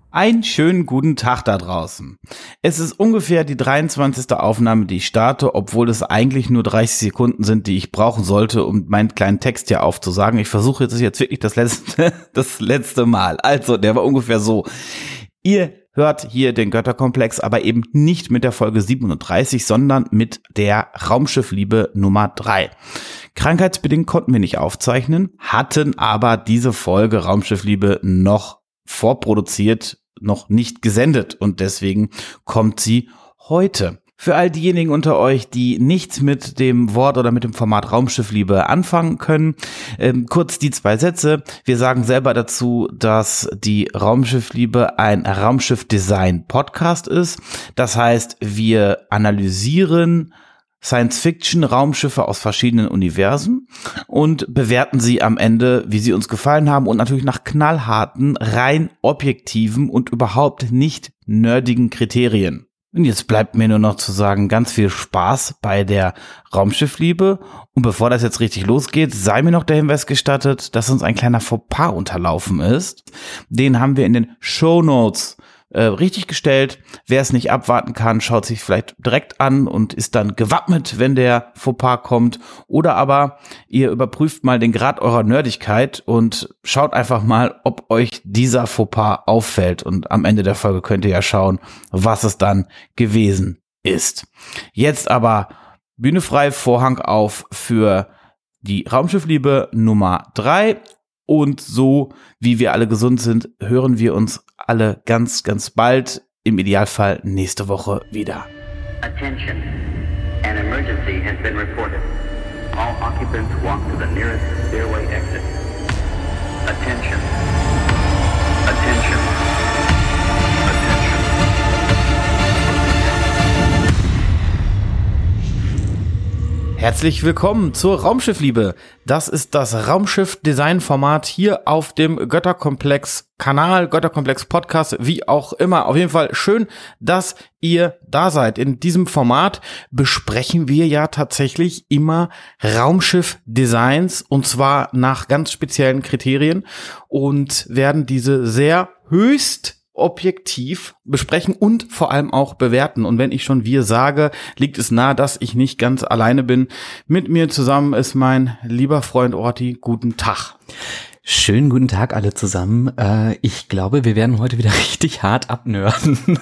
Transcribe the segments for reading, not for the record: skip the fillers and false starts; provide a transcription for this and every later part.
Einen schönen guten Tag da draußen. Es ist ungefähr die 23. Aufnahme, die ich starte, obwohl es eigentlich nur 30 Sekunden sind, die ich brauchen sollte, um meinen kleinen Text hier aufzusagen. Ich versuche jetzt wirklich das letzte Mal. Also, der war ungefähr so. Ihr hört hier den Götterkomplex, aber eben nicht mit der Folge 37, sondern mit der Raumschiffliebe Nummer 3. Krankheitsbedingt konnten wir nicht aufzeichnen, hatten aber diese Folge Raumschiffliebe noch vorproduziert, noch nicht gesendet und deswegen kommt sie heute. Für all diejenigen unter euch, die nichts mit dem Wort oder mit dem Format Raumschiffliebe anfangen können, kurz die 2 Sätze. Wir sagen selber dazu, dass die Raumschiffliebe ein Raumschiff-Design-Podcast ist. Das heißt, wir analysieren Science-Fiction-Raumschiffe aus verschiedenen Universen und bewerten sie am Ende, wie sie uns gefallen haben und natürlich nach knallharten, rein objektiven und überhaupt nicht nerdigen Kriterien. Und jetzt bleibt mir nur noch zu sagen, ganz viel Spaß bei der Raumschiffliebe. Und bevor das jetzt richtig losgeht, sei mir noch der Hinweis gestattet, dass uns ein kleiner Fauxpas unterlaufen ist. Den haben wir in den Shownotes richtig gestellt. Wer es nicht abwarten kann, schaut sich vielleicht direkt an und ist dann gewappnet, wenn der Fauxpas kommt. Oder aber ihr überprüft mal den Grad eurer Nerdigkeit und schaut einfach mal, ob euch dieser Fauxpas auffällt. Und am Ende der Folge könnt ihr ja schauen, was es dann gewesen ist. Jetzt aber Bühne frei, Vorhang auf für die Raumschiffliebe Nummer 3. Und so, wie wir alle gesund sind, hören wir uns alle ganz, ganz bald, im Idealfall nächste Woche wieder. Attention. An emergency has been reported. All occupants walk to the nearest stairway exit. Attention. Attention. Herzlich willkommen zur Raumschiffliebe. Das ist das Raumschiff-Design-Format hier auf dem Götterkomplex-Kanal, Götterkomplex-Podcast, wie auch immer. Auf jeden Fall schön, dass ihr da seid. In diesem Format besprechen wir ja tatsächlich immer Raumschiff-Designs und zwar nach ganz speziellen Kriterien und werden diese sehr höchst objektiv besprechen und vor allem auch bewerten. Und wenn ich schon wir sage, liegt es nahe, dass ich nicht ganz alleine bin. Mit mir zusammen ist mein lieber Freund Orti. Guten Tag. Schönen guten Tag alle zusammen. Ich glaube, wir werden heute wieder richtig hart abnörden.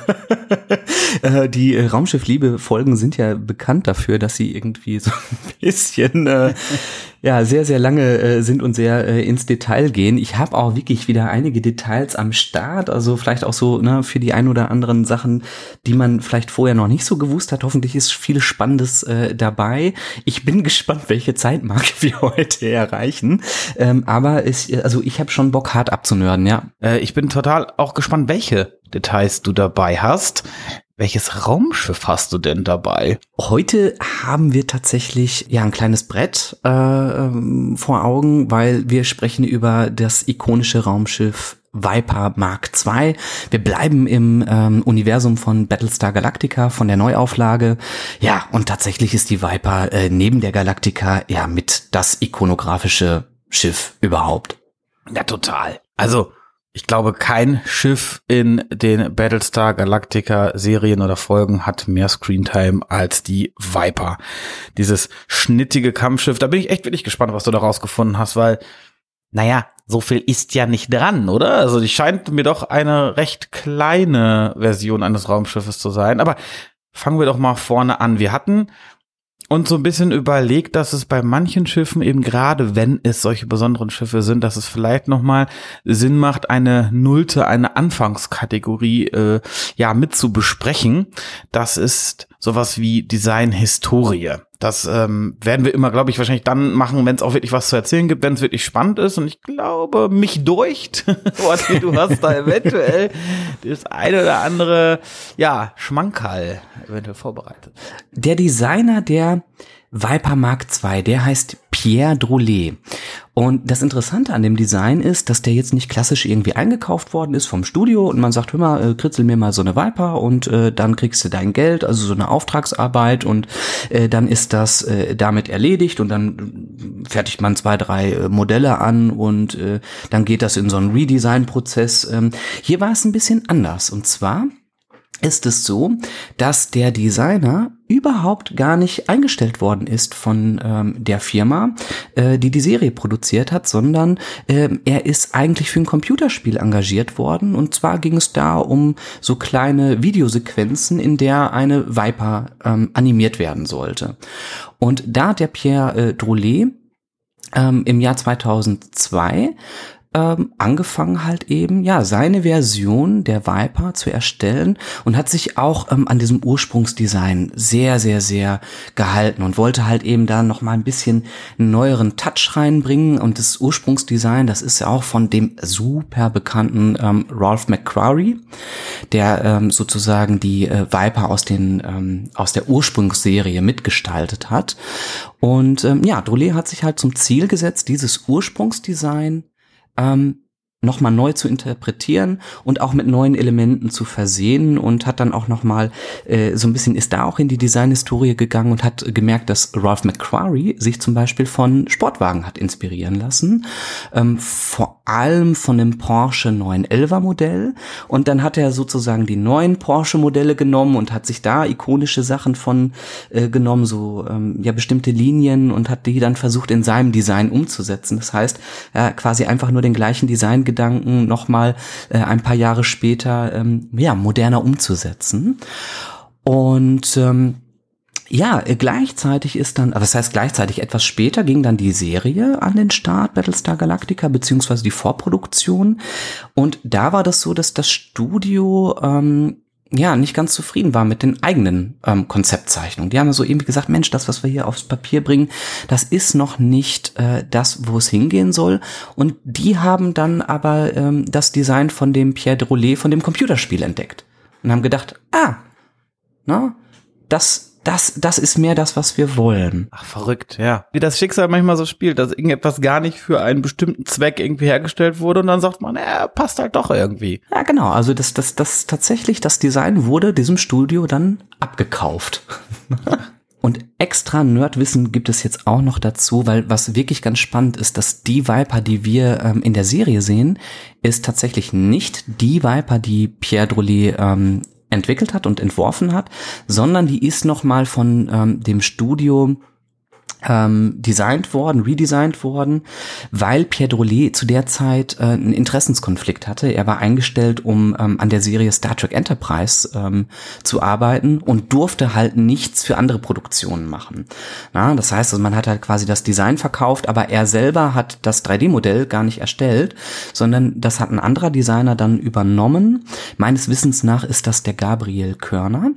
Die Raumschiffliebe-Folgen sind ja bekannt dafür, dass sie irgendwie so ein bisschen sehr, sehr lange sind und sehr ins Detail gehen. Ich habe auch wirklich wieder einige Details am Start, also vielleicht auch so für die ein oder anderen Sachen, die man vielleicht vorher noch nicht so gewusst hat. Hoffentlich ist viel Spannendes dabei. Ich bin gespannt, welche Zeitmarke wir heute erreichen. Aber ich habe schon Bock, hart abzunörden, ja. Ich bin total auch gespannt, welche Details du dabei hast. Welches Raumschiff hast du denn dabei? Heute haben wir tatsächlich ein kleines Brett vor Augen, weil wir sprechen über das ikonische Raumschiff Viper Mark II. Wir bleiben im Universum von Battlestar Galactica, von der Neuauflage. Ja, und tatsächlich ist die Viper neben der Galactica mit das ikonografische Schiff überhaupt. Ja, total. Also ich glaube, kein Schiff in den Battlestar Galactica Serien oder Folgen hat mehr Screentime als die Viper. Dieses schnittige Kampfschiff, da bin ich echt wirklich gespannt, was du da rausgefunden hast, weil, so viel ist ja nicht dran, oder? Also die scheint mir doch eine recht kleine Version eines Raumschiffes zu sein. Aber fangen wir doch mal vorne an. Wir hatten und so ein bisschen überlegt, dass es bei manchen Schiffen eben gerade, wenn es solche besonderen Schiffe sind, dass es vielleicht nochmal Sinn macht, eine Anfangskategorie mit zu besprechen. Das ist sowas wie Design-Historie. Das werden wir immer, glaube ich, wahrscheinlich dann machen, wenn es auch wirklich was zu erzählen gibt, wenn es wirklich spannend ist. Und ich glaube, mich deucht, Orti, du hast da eventuell das eine oder andere, Schmankerl eventuell vorbereitet. Der Designer, der Viper Mark II, der heißt Pierre Drolet. Und das Interessante an dem Design ist, dass der jetzt nicht klassisch irgendwie eingekauft worden ist vom Studio und man sagt, hör mal, kritzel mir mal so eine Viper und dann kriegst du dein Geld, also so eine Auftragsarbeit und dann ist das damit erledigt und dann fertigt man 2, 3 Modelle an und dann geht das in so einen Redesign-Prozess. Hier war es ein bisschen anders und zwar ist es so, dass der Designer überhaupt gar nicht eingestellt worden ist von der Firma, die Serie produziert hat, sondern er ist eigentlich für ein Computerspiel engagiert worden. Und zwar ging es da um so kleine Videosequenzen, in der eine Viper animiert werden sollte. Und da hat der Pierre Drolet im Jahr 2002 angefangen halt eben, ja, seine Version der Viper zu erstellen und hat sich auch an diesem Ursprungsdesign sehr, sehr, sehr gehalten und wollte halt eben da noch mal ein bisschen einen neueren Touch reinbringen und das Ursprungsdesign, das ist ja auch von dem super bekannten Ralph McQuarrie, der sozusagen die Viper aus der Ursprungsserie mitgestaltet hat und ja, Drolet hat sich halt zum Ziel gesetzt, dieses Ursprungsdesign nochmal neu zu interpretieren und auch mit neuen Elementen zu versehen und hat dann auch nochmal so ein bisschen, ist da auch in die Designhistorie gegangen und hat gemerkt, dass Ralph McQuarrie sich zum Beispiel von Sportwagen hat inspirieren lassen, vor allem von dem Porsche 911er Modell und dann hat er sozusagen die neuen Porsche Modelle genommen und hat sich da ikonische Sachen von genommen, so ja bestimmte Linien und hat die dann versucht in seinem Design umzusetzen. Das heißt, quasi einfach nur den gleichen Designgedanken nochmal ein paar Jahre später ja moderner umzusetzen. Und ja, gleichzeitig ist dann, aber das heißt gleichzeitig etwas später ging dann die Serie an den Start, Battlestar Galactica, beziehungsweise die Vorproduktion. Und da war das so, dass das Studio ja nicht ganz zufrieden war mit den eigenen Konzeptzeichnungen. Die haben so irgendwie gesagt, Mensch, das, was wir hier aufs Papier bringen, das ist noch nicht das, wo es hingehen soll. Und die haben dann aber das Design von dem Pierre Drolet, von dem Computerspiel entdeckt. Und haben gedacht, das ist mehr das, was wir wollen. Ach, verrückt, ja. Wie das Schicksal manchmal so spielt, dass irgendetwas gar nicht für einen bestimmten Zweck irgendwie hergestellt wurde und dann sagt man, passt halt doch irgendwie. Ja, genau. Also das tatsächlich, das Design wurde diesem Studio dann abgekauft. Und extra Nerdwissen gibt es jetzt auch noch dazu, weil was wirklich ganz spannend ist, dass die Viper, die wir in der Serie sehen, ist tatsächlich nicht die Viper, die Pierre Drolet entwickelt hat und entworfen hat, sondern die ist nochmal von dem Studio redesigned worden, weil Pierre Drolet zu der Zeit einen Interessenskonflikt hatte. Er war eingestellt, um an der Serie Star Trek Enterprise zu arbeiten und durfte halt nichts für andere Produktionen machen. Na, das heißt, also man hat halt quasi das Design verkauft, aber er selber hat das 3D-Modell gar nicht erstellt, sondern das hat ein anderer Designer dann übernommen. Meines Wissens nach ist das der Gabriel Körner.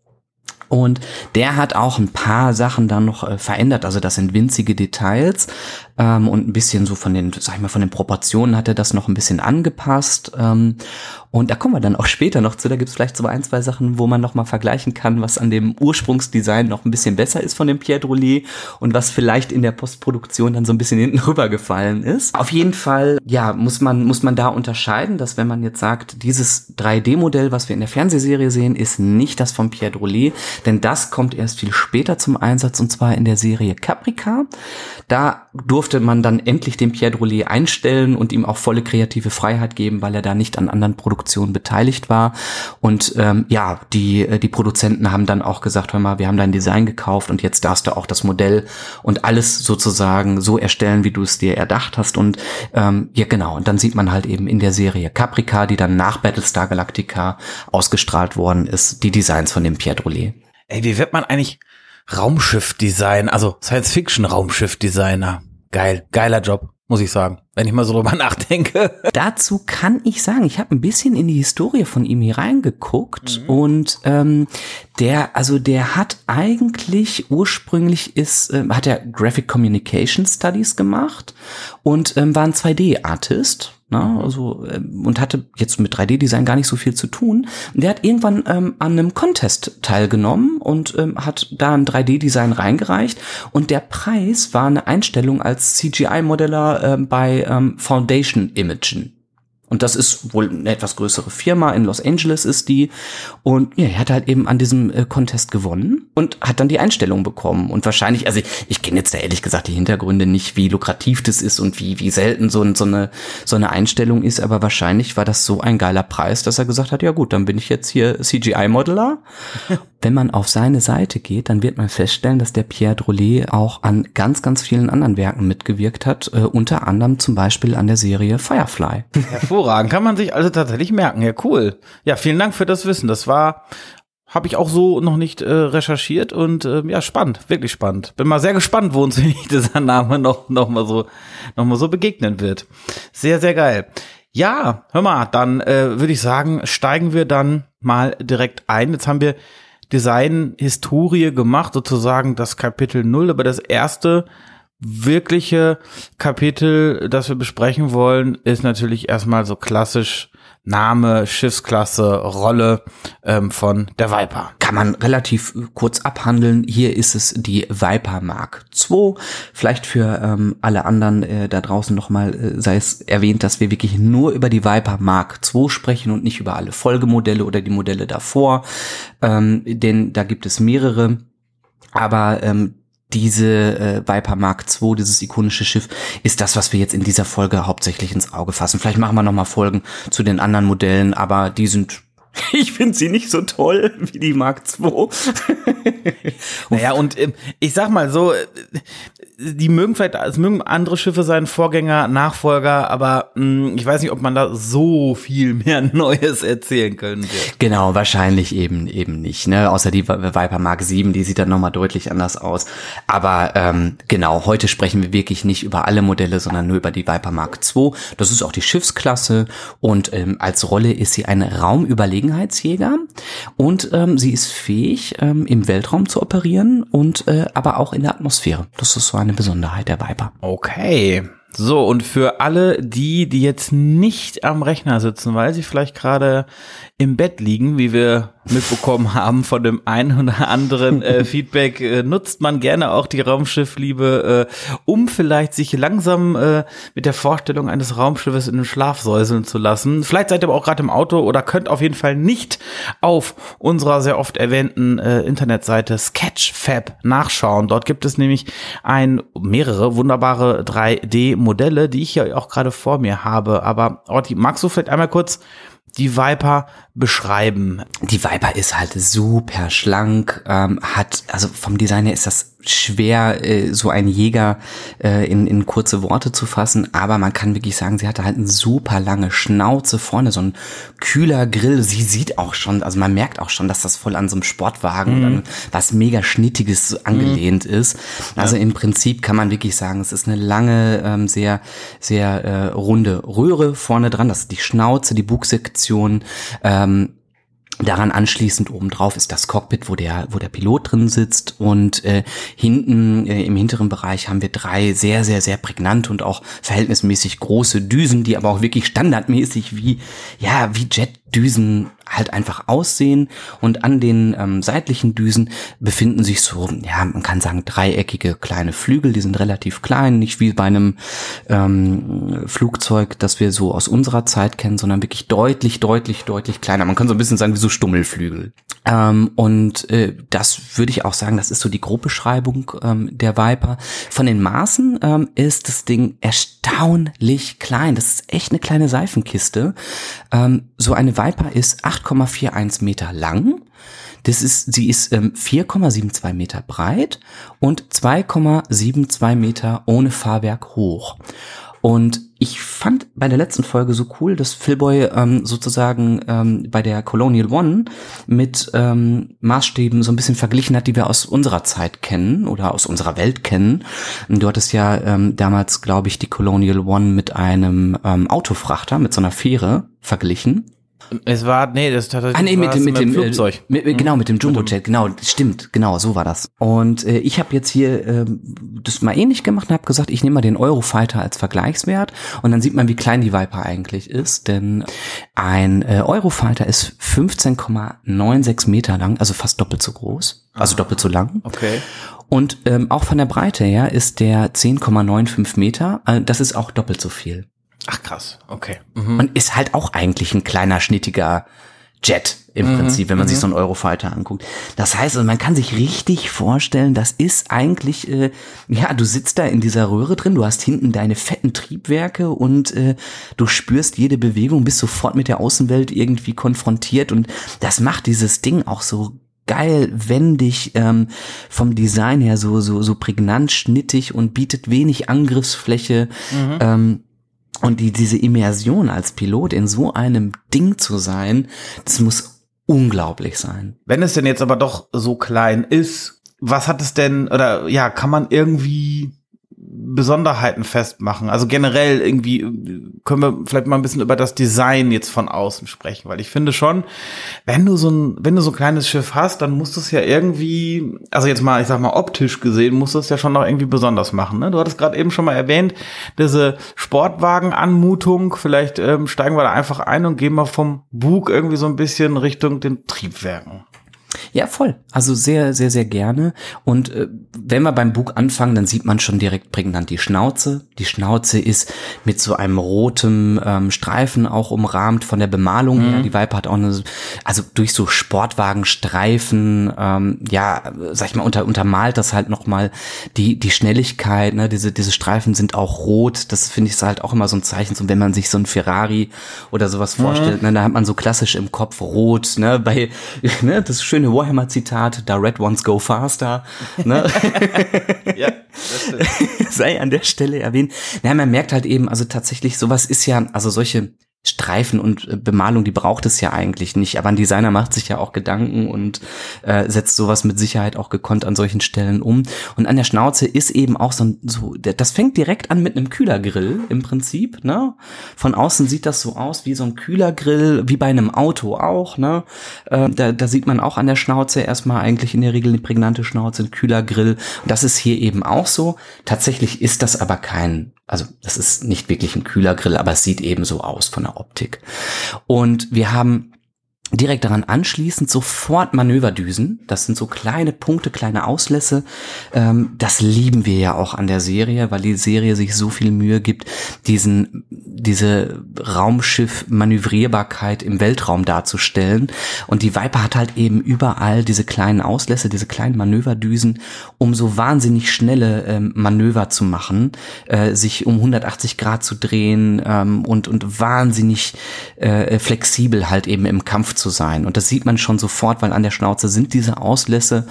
Und der hat auch ein paar Sachen dann noch verändert, also das sind winzige Details und ein bisschen so von den, sag ich mal, von den Proportionen hat er das noch ein bisschen angepasst und da kommen wir dann auch später noch zu, da gibt's vielleicht so 1, 2 Sachen, wo man noch mal vergleichen kann, was an dem Ursprungsdesign noch ein bisschen besser ist von dem Pierre Drolet und was vielleicht in der Postproduktion dann so ein bisschen hinten rübergefallen ist. Auf jeden Fall, ja, muss man da unterscheiden, dass wenn man jetzt sagt, dieses 3D-Modell, was wir in der Fernsehserie sehen, ist nicht das von Pierre Drolet, denn das kommt erst viel später zum Einsatz und zwar in der Serie Caprica. Da durfte man dann endlich den Pierre Drolet einstellen und ihm auch volle kreative Freiheit geben, weil er da nicht an anderen Produktionen beteiligt war. Und ja, die Produzenten haben dann auch gesagt, hör mal, wir haben dein Design gekauft und jetzt darfst du auch das Modell und alles sozusagen so erstellen, wie du es dir erdacht hast. Und ja, genau. Und dann sieht man halt eben in der Serie Caprica, die dann nach Battlestar Galactica ausgestrahlt worden ist, die Designs von dem Pierre Drolet. Ey, wie wird man eigentlich Raumschiff-Design, also Science-Fiction-Raumschiff-Designer? Geil, geiler Job, muss ich sagen, wenn ich mal so drüber nachdenke. Dazu kann ich sagen, ich habe ein bisschen in die Historie von ihm hier reingeguckt und der hat eigentlich ursprünglich hat er Graphic Communication Studies gemacht und war ein 2D-Artist. ne? Also, und hatte jetzt mit 3D-Design gar nicht so viel zu tun. Und der hat irgendwann an einem Contest teilgenommen und hat da ein 3D-Design reingereicht. Und der Preis war eine Einstellung als CGI-Modeller bei Foundation Imagen. Und das ist wohl eine etwas größere Firma, in Los Angeles ist die. Und ja, er hat halt eben an diesem Contest gewonnen und hat dann die Einstellung bekommen. Und wahrscheinlich, also ich kenne jetzt da ehrlich gesagt die Hintergründe nicht, wie lukrativ das ist und wie selten so eine Einstellung ist. Aber wahrscheinlich war das so ein geiler Preis, dass er gesagt hat, ja gut, dann bin ich jetzt hier CGI-Modeler. Wenn man auf seine Seite geht, dann wird man feststellen, dass der Pierre Drolet auch an ganz, ganz vielen anderen Werken mitgewirkt hat. Unter anderem zum Beispiel an der Serie Firefly. Hervorragend, kann man sich also tatsächlich merken. Ja, cool. Ja, vielen Dank für das Wissen. Das habe ich auch so noch nicht recherchiert und ja, spannend, wirklich spannend. Bin mal sehr gespannt, wo uns dieser Name noch mal so begegnen wird. Sehr, sehr geil. Ja, hör mal, dann würde ich sagen, steigen wir dann mal direkt ein. Jetzt haben wir Design-Historie gemacht, sozusagen das Kapitel 0, aber das erste wirkliche Kapitel, das wir besprechen wollen, ist natürlich erstmal so klassisch Name, Schiffsklasse, Rolle von der Viper. Kann man relativ kurz abhandeln. Hier ist es die Viper Mark II. Vielleicht für alle anderen da draußen nochmal sei es erwähnt, dass wir wirklich nur über die Viper Mark II sprechen und nicht über alle Folgemodelle oder die Modelle davor. Denn da gibt es mehrere. Aber diese Viper Mark II, dieses ikonische Schiff, ist das, was wir jetzt in dieser Folge hauptsächlich ins Auge fassen. Vielleicht machen wir noch mal Folgen zu den anderen Modellen, aber die sind, ich finde sie nicht so toll wie die Mark II. Naja, und ich sag mal so, die mögen vielleicht, es mögen andere Schiffe sein, Vorgänger, Nachfolger, aber ich weiß nicht, ob man da so viel mehr Neues erzählen könnte. Genau, wahrscheinlich eben nicht, ne? Außer die Viper Mark VII, die sieht dann nochmal deutlich anders aus. Aber genau, heute sprechen wir wirklich nicht über alle Modelle, sondern nur über die Viper Mark II. Das ist auch die Schiffsklasse und als Rolle ist sie ein Raumüberlegenheitsjäger und sie ist fähig, im Weltraum zu operieren und aber auch in der Atmosphäre. Das ist so eine Besonderheit der Viper. Okay. So, und für alle die jetzt nicht am Rechner sitzen, weil sie vielleicht gerade im Bett liegen, wie wir mitbekommen haben von dem einen oder anderen Feedback, nutzt man gerne auch die Raumschiffliebe, um vielleicht sich langsam mit der Vorstellung eines Raumschiffes in den Schlaf säuseln zu lassen. Vielleicht seid ihr aber auch gerade im Auto oder könnt auf jeden Fall nicht auf unserer sehr oft erwähnten Internetseite Sketchfab nachschauen. Dort gibt es nämlich mehrere wunderbare 3D-Modelle, die ich ja auch gerade vor mir habe. Aber Orti, magst du vielleicht einmal kurz die Viper beschreiben? Die Viper ist halt super schlank, also vom Design her ist das schwer, so einen Jäger in kurze Worte zu fassen, aber man kann wirklich sagen, sie hatte halt eine super lange Schnauze vorne, so ein kühler Grill. Sie sieht auch schon, also man merkt auch schon, dass das voll an so einem Sportwagen oder was mega Schnittiges angelehnt ist. Also im Prinzip kann man wirklich sagen, es ist eine lange, sehr, sehr runde Röhre vorne dran. Das ist die Schnauze, die Bugsektion. Daran anschließend obendrauf ist das Cockpit, wo der Pilot drin sitzt und hinten im hinteren Bereich haben wir 3 sehr, sehr, sehr prägnante und auch verhältnismäßig große Düsen, die aber auch wirklich standardmäßig wie Jetdüsen halt einfach aussehen, und an den seitlichen Düsen befinden sich so, ja, man kann sagen, dreieckige kleine Flügel, die sind relativ klein, nicht wie bei einem Flugzeug, das wir so aus unserer Zeit kennen, sondern wirklich deutlich kleiner. Man kann so ein bisschen sagen wie so Stummelflügel. Und das würde ich auch sagen, das ist so die Grobbeschreibung der Viper. Von den Maßen ist das Ding erstaunlich klein. Das ist echt eine kleine Seifenkiste. So eine Viper ist 8,41 Meter lang. Sie ist 4,72 Meter breit und 2,72 Meter ohne Fahrwerk hoch. Und ich fand bei der letzten Folge so cool, dass Philboy sozusagen bei der Colonial One mit Maßstäben so ein bisschen verglichen hat, die wir aus unserer Zeit kennen oder aus unserer Welt kennen. Und du hattest ja damals, glaube ich, die Colonial One mit einem Autofrachter, mit so einer Fähre verglichen. Es war, das tatsächlich mit dem Flugzeug. Genau, mit dem Jumbojet, genau, stimmt, genau, so war das. Und ich habe jetzt hier das mal ähnlich gemacht und habe gesagt, ich nehme mal den Eurofighter als Vergleichswert und dann sieht man, wie klein die Viper eigentlich ist, denn ein Eurofighter ist 15,96 Meter lang, also fast doppelt so groß, also doppelt so lang. Okay. Und auch von der Breite her ist der 10,95 Meter, das ist auch doppelt so viel. Ach krass, okay. Und ist halt auch eigentlich ein kleiner, schnittiger Jet im Prinzip, wenn man sich so einen Eurofighter anguckt. Das heißt, also man kann sich richtig vorstellen, das ist eigentlich, du sitzt da in dieser Röhre drin, du hast hinten deine fetten Triebwerke und du spürst jede Bewegung, bist sofort mit der Außenwelt irgendwie konfrontiert und das macht dieses Ding auch so geil, wendig, vom Design her so prägnant, schnittig und bietet wenig Angriffsfläche. Und diese Immersion als Pilot in so einem Ding zu sein, das muss unglaublich sein. Wenn es denn jetzt aber doch so klein ist, was hat es denn, oder ja, kann man irgendwie Besonderheiten festmachen? Also generell irgendwie können wir vielleicht mal ein bisschen über das Design jetzt von außen sprechen, weil ich finde schon, wenn du so ein kleines Schiff hast, dann musst du es ja irgendwie, also jetzt mal, ich sag mal optisch gesehen, musst du es ja schon noch irgendwie besonders machen, ne? Du hattest gerade eben schon mal erwähnt, diese Sportwagen-Anmutung, vielleicht steigen wir da einfach ein und gehen mal vom Bug irgendwie so ein bisschen Richtung den Triebwerken. Ja, voll. Also sehr, sehr, sehr gerne. Und wenn wir beim Bug anfangen, dann sieht man schon direkt prägnant die Schnauze. Die Schnauze ist mit so einem roten Streifen auch umrahmt von der Bemalung her. Die Viper hat auch also durch so Sportwagenstreifen, sag ich mal, untermalt das halt nochmal die Schnelligkeit, ne? Diese Streifen sind auch rot. Das finde ich halt auch immer so ein Zeichen, so wenn man sich so ein Ferrari oder sowas vorstellt, ne? Da hat man so klassisch im Kopf rot, ne? Das schöne Warhammer-Zitat, da Red Ones go faster, ne? Ja, das stimmt. Sei an der Stelle erwähnt. Ja, man merkt halt eben, also tatsächlich, sowas ist ja, also solche Streifen und Bemalung, die braucht es ja eigentlich nicht, aber ein Designer macht sich ja auch Gedanken und setzt sowas mit Sicherheit auch gekonnt an solchen Stellen um. Und an der Schnauze ist eben auch das fängt direkt an mit einem Kühlergrill im Prinzip, ne? Von außen sieht das so aus wie so ein Kühlergrill, wie bei einem Auto auch, ne? Da sieht man auch an der Schnauze erstmal eigentlich in der Regel eine prägnante Schnauze, ein Kühlergrill. Und das ist hier eben auch so. Tatsächlich ist das aber das ist nicht wirklich ein Kühlergrill, aber es sieht eben so aus von der Optik. Und wir haben direkt daran anschließend sofort Manöverdüsen. Das sind so kleine Punkte, kleine Auslässe. Das lieben wir ja auch an der Serie, weil die Serie sich so viel Mühe gibt, diese Raumschiff-Manövrierbarkeit im Weltraum darzustellen. Und die Viper hat halt eben überall diese kleinen Auslässe, diese kleinen Manöverdüsen, um so wahnsinnig schnelle Manöver zu machen, sich um 180 Grad zu drehen und wahnsinnig flexibel halt eben im Kampf zu sein. Und das sieht man schon sofort, weil an der Schnauze sind diese Auslässe,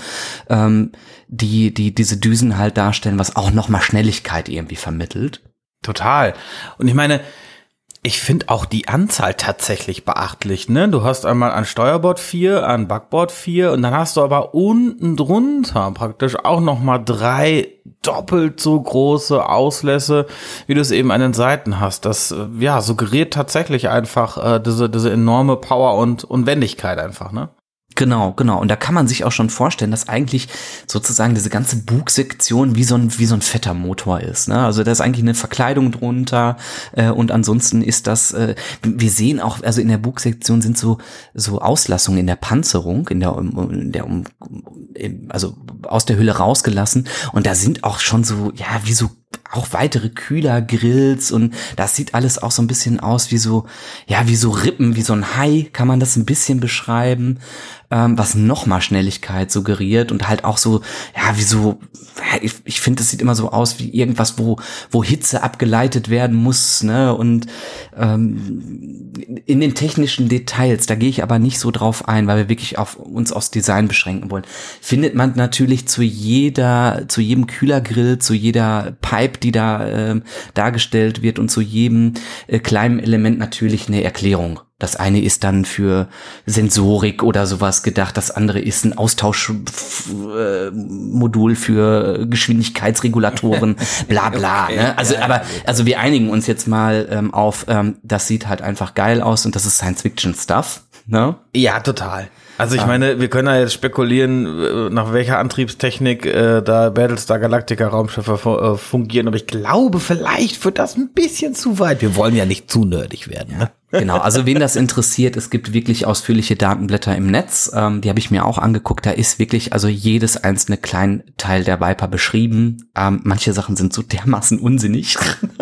die diese Düsen halt darstellen, was auch nochmal Schnelligkeit irgendwie vermittelt. Total. Und ich meine, ich finde auch die Anzahl tatsächlich beachtlich, ne? Du hast einmal an Steuerbord 4, an Backbord 4 und dann hast du aber unten drunter praktisch auch nochmal 3 doppelt so große Auslässe, wie du es eben an den Seiten hast. Das, suggeriert tatsächlich einfach diese enorme Power und Wendigkeit einfach, ne? Genau. Und da kann man sich auch schon vorstellen, dass eigentlich sozusagen diese ganze Bugsektion wie so ein fetter Motor ist, ne? Also da ist eigentlich eine Verkleidung drunter und ansonsten ist das, wir sehen auch, also in der Bugsektion sind so Auslassungen in der Panzerung, also aus der Hülle rausgelassen und da sind auch schon so, wie so auch weitere Kühlergrills und das sieht alles auch so ein bisschen aus wie so Rippen, wie so ein Hai, kann man das ein bisschen beschreiben, was nochmal Schnelligkeit suggeriert und halt auch so, ich finde, das sieht immer so aus wie irgendwas, wo Hitze abgeleitet werden muss, ne, und in den technischen Details, da gehe ich aber nicht so drauf ein, weil wir wirklich uns aufs Design beschränken wollen, findet man natürlich zu jedem Kühlergrill, zu jeder Pipe Vibe, die da dargestellt wird und zu jedem kleinen Element natürlich eine Erklärung. Das eine ist dann für Sensorik oder sowas gedacht, das andere ist ein Austauschmodul für Geschwindigkeitsregulatoren, bla bla. Okay. Ne? Also, Ja, also wir einigen uns jetzt mal auf, das sieht halt einfach geil aus und das ist Science-Fiction-Stuff. Ne? Ja, total. Also ich meine, wir können ja jetzt spekulieren, nach welcher Antriebstechnik da Battlestar Galactica Raumschiffe fungieren, aber ich glaube, vielleicht wird das ein bisschen zu weit. Wir wollen ja nicht zu nerdig werden. Ne? Genau, also wen das interessiert, es gibt wirklich ausführliche Datenblätter im Netz, die habe ich mir auch angeguckt, da ist wirklich also jedes einzelne Kleinteil der Viper beschrieben. Manche Sachen sind so dermaßen unsinnig.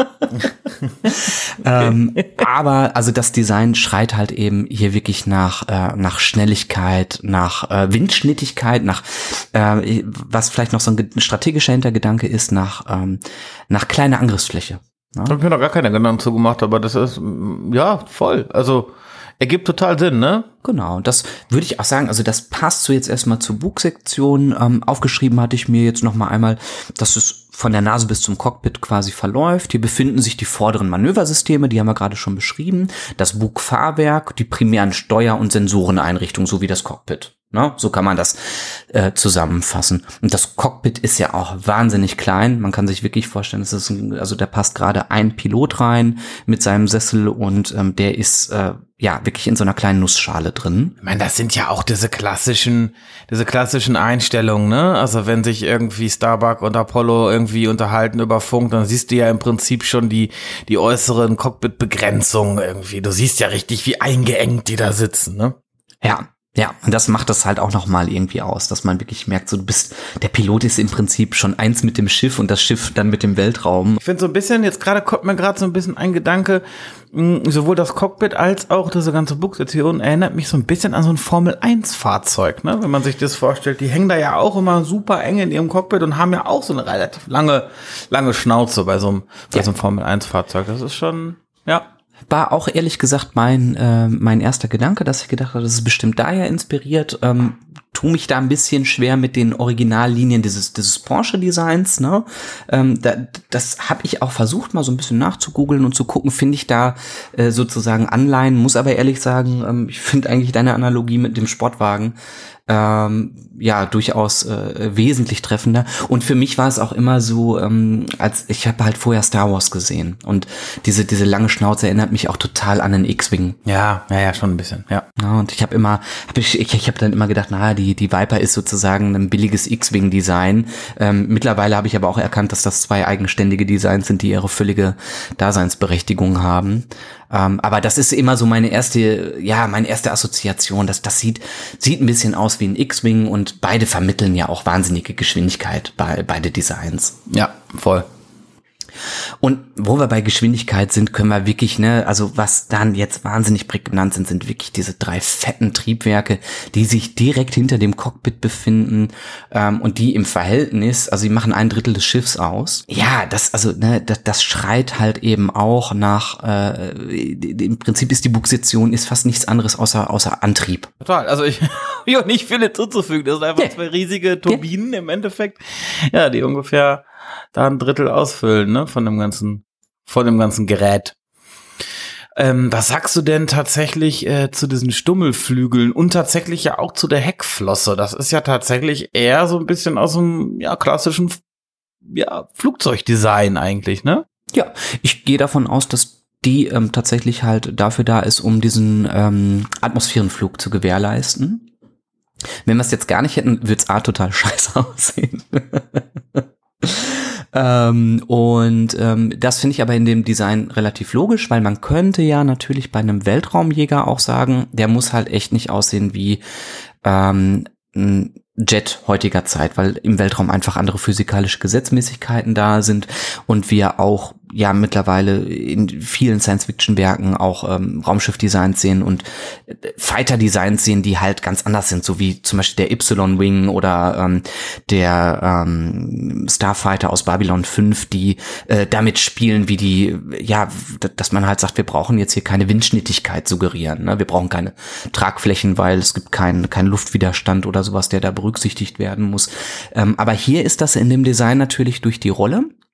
Aber also das Design schreit halt eben hier wirklich nach Schnelligkeit, nach Windschnittigkeit, nach was vielleicht noch so ein strategischer Hintergedanke ist, nach kleiner Angriffsfläche. Ja? Ich habe mir noch gar keine Gedanken zu gemacht, aber das ist, ja, voll. Also, ergibt total Sinn, ne? Genau, das würde ich auch sagen, also das passt so jetzt erstmal zur Bugsektion. Aufgeschrieben hatte ich mir jetzt noch mal einmal, dass es von der Nase bis zum Cockpit quasi verläuft. Hier befinden sich die vorderen Manöversisteme, die haben wir gerade schon beschrieben, das Bugfahrwerk, die primären Steuer- und Sensoreneinrichtungen sowie das Cockpit. Ne? So kann man das zusammenfassen. Und das Cockpit ist ja auch wahnsinnig klein. Man kann sich wirklich vorstellen, es ist also da passt gerade ein Pilot rein mit seinem Sessel und der ist ja wirklich in so einer kleinen Nussschale drin. Ich meine, das sind ja auch diese klassischen Einstellungen, ne? Also wenn sich irgendwie Starbuck und Apollo irgendwie unterhalten über Funk, dann siehst du ja im Prinzip schon die äußeren Cockpit-Begrenzungen irgendwie. Du siehst ja richtig, wie eingeengt die da sitzen, ne? Ja, und das macht das halt auch nochmal irgendwie aus, dass man wirklich merkt, so der Pilot ist im Prinzip schon eins mit dem Schiff und das Schiff dann mit dem Weltraum. Ich finde so ein bisschen, jetzt gerade kommt mir gerade so ein bisschen ein Gedanke, sowohl das Cockpit als auch diese ganze Bugsektion erinnert mich so ein bisschen an so ein Formel-1-Fahrzeug, ne? Wenn man sich das vorstellt, die hängen da ja auch immer super eng in ihrem Cockpit und haben ja auch so eine relativ lange Schnauze bei so einem Formel-1-Fahrzeug. Das ist schon, ja. War auch ehrlich gesagt mein erster Gedanke, dass ich gedacht habe, das ist bestimmt daher inspiriert. Tu mich da ein bisschen schwer mit den Originallinien dieses Porsche-Designs. Ne? Das habe ich auch versucht, mal so ein bisschen nachzugoogeln und zu gucken, finde ich da sozusagen Anleihen. Muss aber ehrlich sagen, ich finde eigentlich deine Analogie mit dem Sportwagen ja durchaus wesentlich treffender. Und für mich war es auch immer so, als ich habe halt vorher Star Wars gesehen und diese lange Schnauze erinnert mich auch total an einen X-Wing. Ja, schon ein bisschen, ja. Ja, und ich habe dann immer gedacht, die Viper ist sozusagen ein billiges X-Wing-Design. Mittlerweile habe ich aber auch erkannt, dass das zwei eigenständige Designs sind, die ihre völlige Daseinsberechtigung haben. Aber das ist immer so meine erste Assoziation. Das sieht ein bisschen aus wie ein X-Wing und beide vermitteln ja auch wahnsinnige Geschwindigkeit bei beide Designs. Ja, voll. Und wo wir bei Geschwindigkeit sind, können wir wirklich, also was dann jetzt wahnsinnig prägnant sind wirklich diese 3 fetten Triebwerke, die sich direkt hinter dem Cockpit befinden und die im Verhältnis, also die machen 1/3 des Schiffs aus. Ja, das schreit halt eben auch nach, im Prinzip ist die Bugsektion fast nichts anderes außer Antrieb. Total, also ich habe nicht viel hinzuzufügen, das sind einfach 2 riesige Turbinen im Endeffekt, ja, die ungefähr da 1/3 ausfüllen, ne, von dem ganzen Gerät. Was sagst du denn tatsächlich zu diesen Stummelflügeln und tatsächlich ja auch zu der Heckflosse? Das ist ja tatsächlich eher so ein bisschen aus dem klassischen Flugzeugdesign eigentlich, ne? Ja, ich gehe davon aus, dass die tatsächlich halt dafür da ist, um diesen Atmosphärenflug zu gewährleisten. Wenn wir es jetzt gar nicht hätten, wird's total scheiße aussehen. Das finde ich aber in dem Design relativ logisch, weil man könnte ja natürlich bei einem Weltraumjäger auch sagen, der muss halt echt nicht aussehen wie ein Jet heutiger Zeit, weil im Weltraum einfach andere physikalische Gesetzmäßigkeiten da sind und wir auch mittlerweile in vielen Science-Fiction-Werken auch Raumschiff-Designs sehen und Fighter-Designs sehen, die halt ganz anders sind, so wie zum Beispiel der Y-Wing oder der Starfighter aus Babylon 5, die damit spielen, wie dass man halt sagt, wir brauchen jetzt hier keine Windschnittigkeit suggerieren, ne? Wir brauchen keine Tragflächen, weil es gibt keinen Luftwiderstand oder sowas, der da berücksichtigt werden muss. Aber hier ist das in dem Design natürlich durch die Rolle.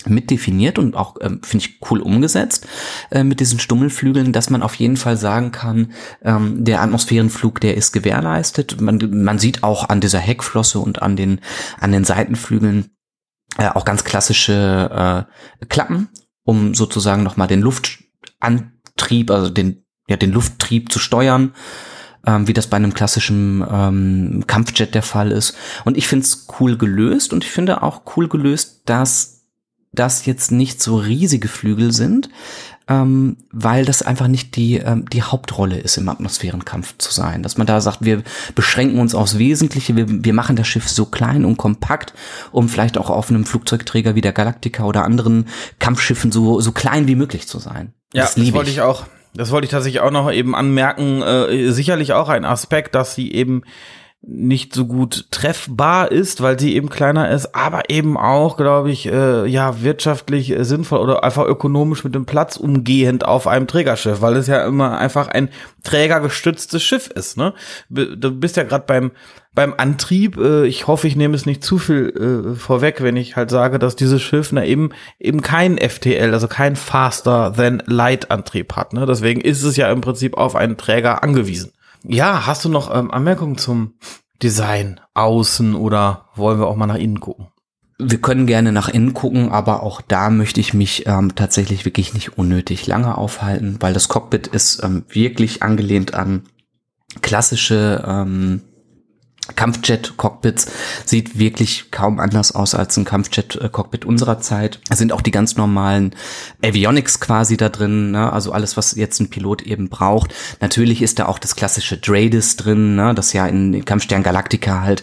mit definiert und auch, finde ich, cool umgesetzt mit diesen Stummelflügeln, dass man auf jeden Fall sagen kann, der Atmosphärenflug, der ist gewährleistet. Man sieht auch an dieser Heckflosse und an den Seitenflügeln auch ganz klassische Klappen, um sozusagen nochmal den Luftantrieb, also den Lufttrieb zu steuern, wie das bei einem klassischen Kampfjet der Fall ist. Und ich finde es cool gelöst und ich finde auch cool gelöst, dass das jetzt nicht so riesige Flügel sind, weil das einfach nicht die Hauptrolle ist, im Atmosphärenkampf zu sein. Dass man da sagt, wir beschränken uns aufs Wesentliche, wir machen das Schiff so klein und kompakt, um vielleicht auch auf einem Flugzeugträger wie der Galactica oder anderen Kampfschiffen so klein wie möglich zu sein. Ja, das wollte ich tatsächlich auch noch eben anmerken. Sicherlich auch ein Aspekt, dass sie eben nicht so gut treffbar ist, weil sie eben kleiner ist, aber eben auch, glaube ich, wirtschaftlich sinnvoll oder einfach ökonomisch mit dem Platz umgehend auf einem Trägerschiff, weil es ja immer einfach ein trägergestütztes Schiff ist, ne? Du bist ja gerade beim Antrieb, ich hoffe, ich nehme es nicht zu viel vorweg, wenn ich halt sage, dass dieses Schiff eben kein FTL, also kein Faster than Light Antrieb hat, ne? Deswegen ist es ja im Prinzip auf einen Träger angewiesen. Ja, hast du noch Anmerkungen zum Design außen oder wollen wir auch mal nach innen gucken? Wir können gerne nach innen gucken, aber auch da möchte ich mich tatsächlich wirklich nicht unnötig lange aufhalten, weil das Cockpit ist wirklich angelehnt an klassische Kampfjet-Cockpits, sieht wirklich kaum anders aus als ein Kampfjet-Cockpit unserer Zeit. Es sind auch die ganz normalen Avionics quasi da drin, ne? Also alles, was jetzt ein Pilot eben braucht. Natürlich ist da auch das klassische DRADIS drin, ne? Das ja in Kampfstern Galactica halt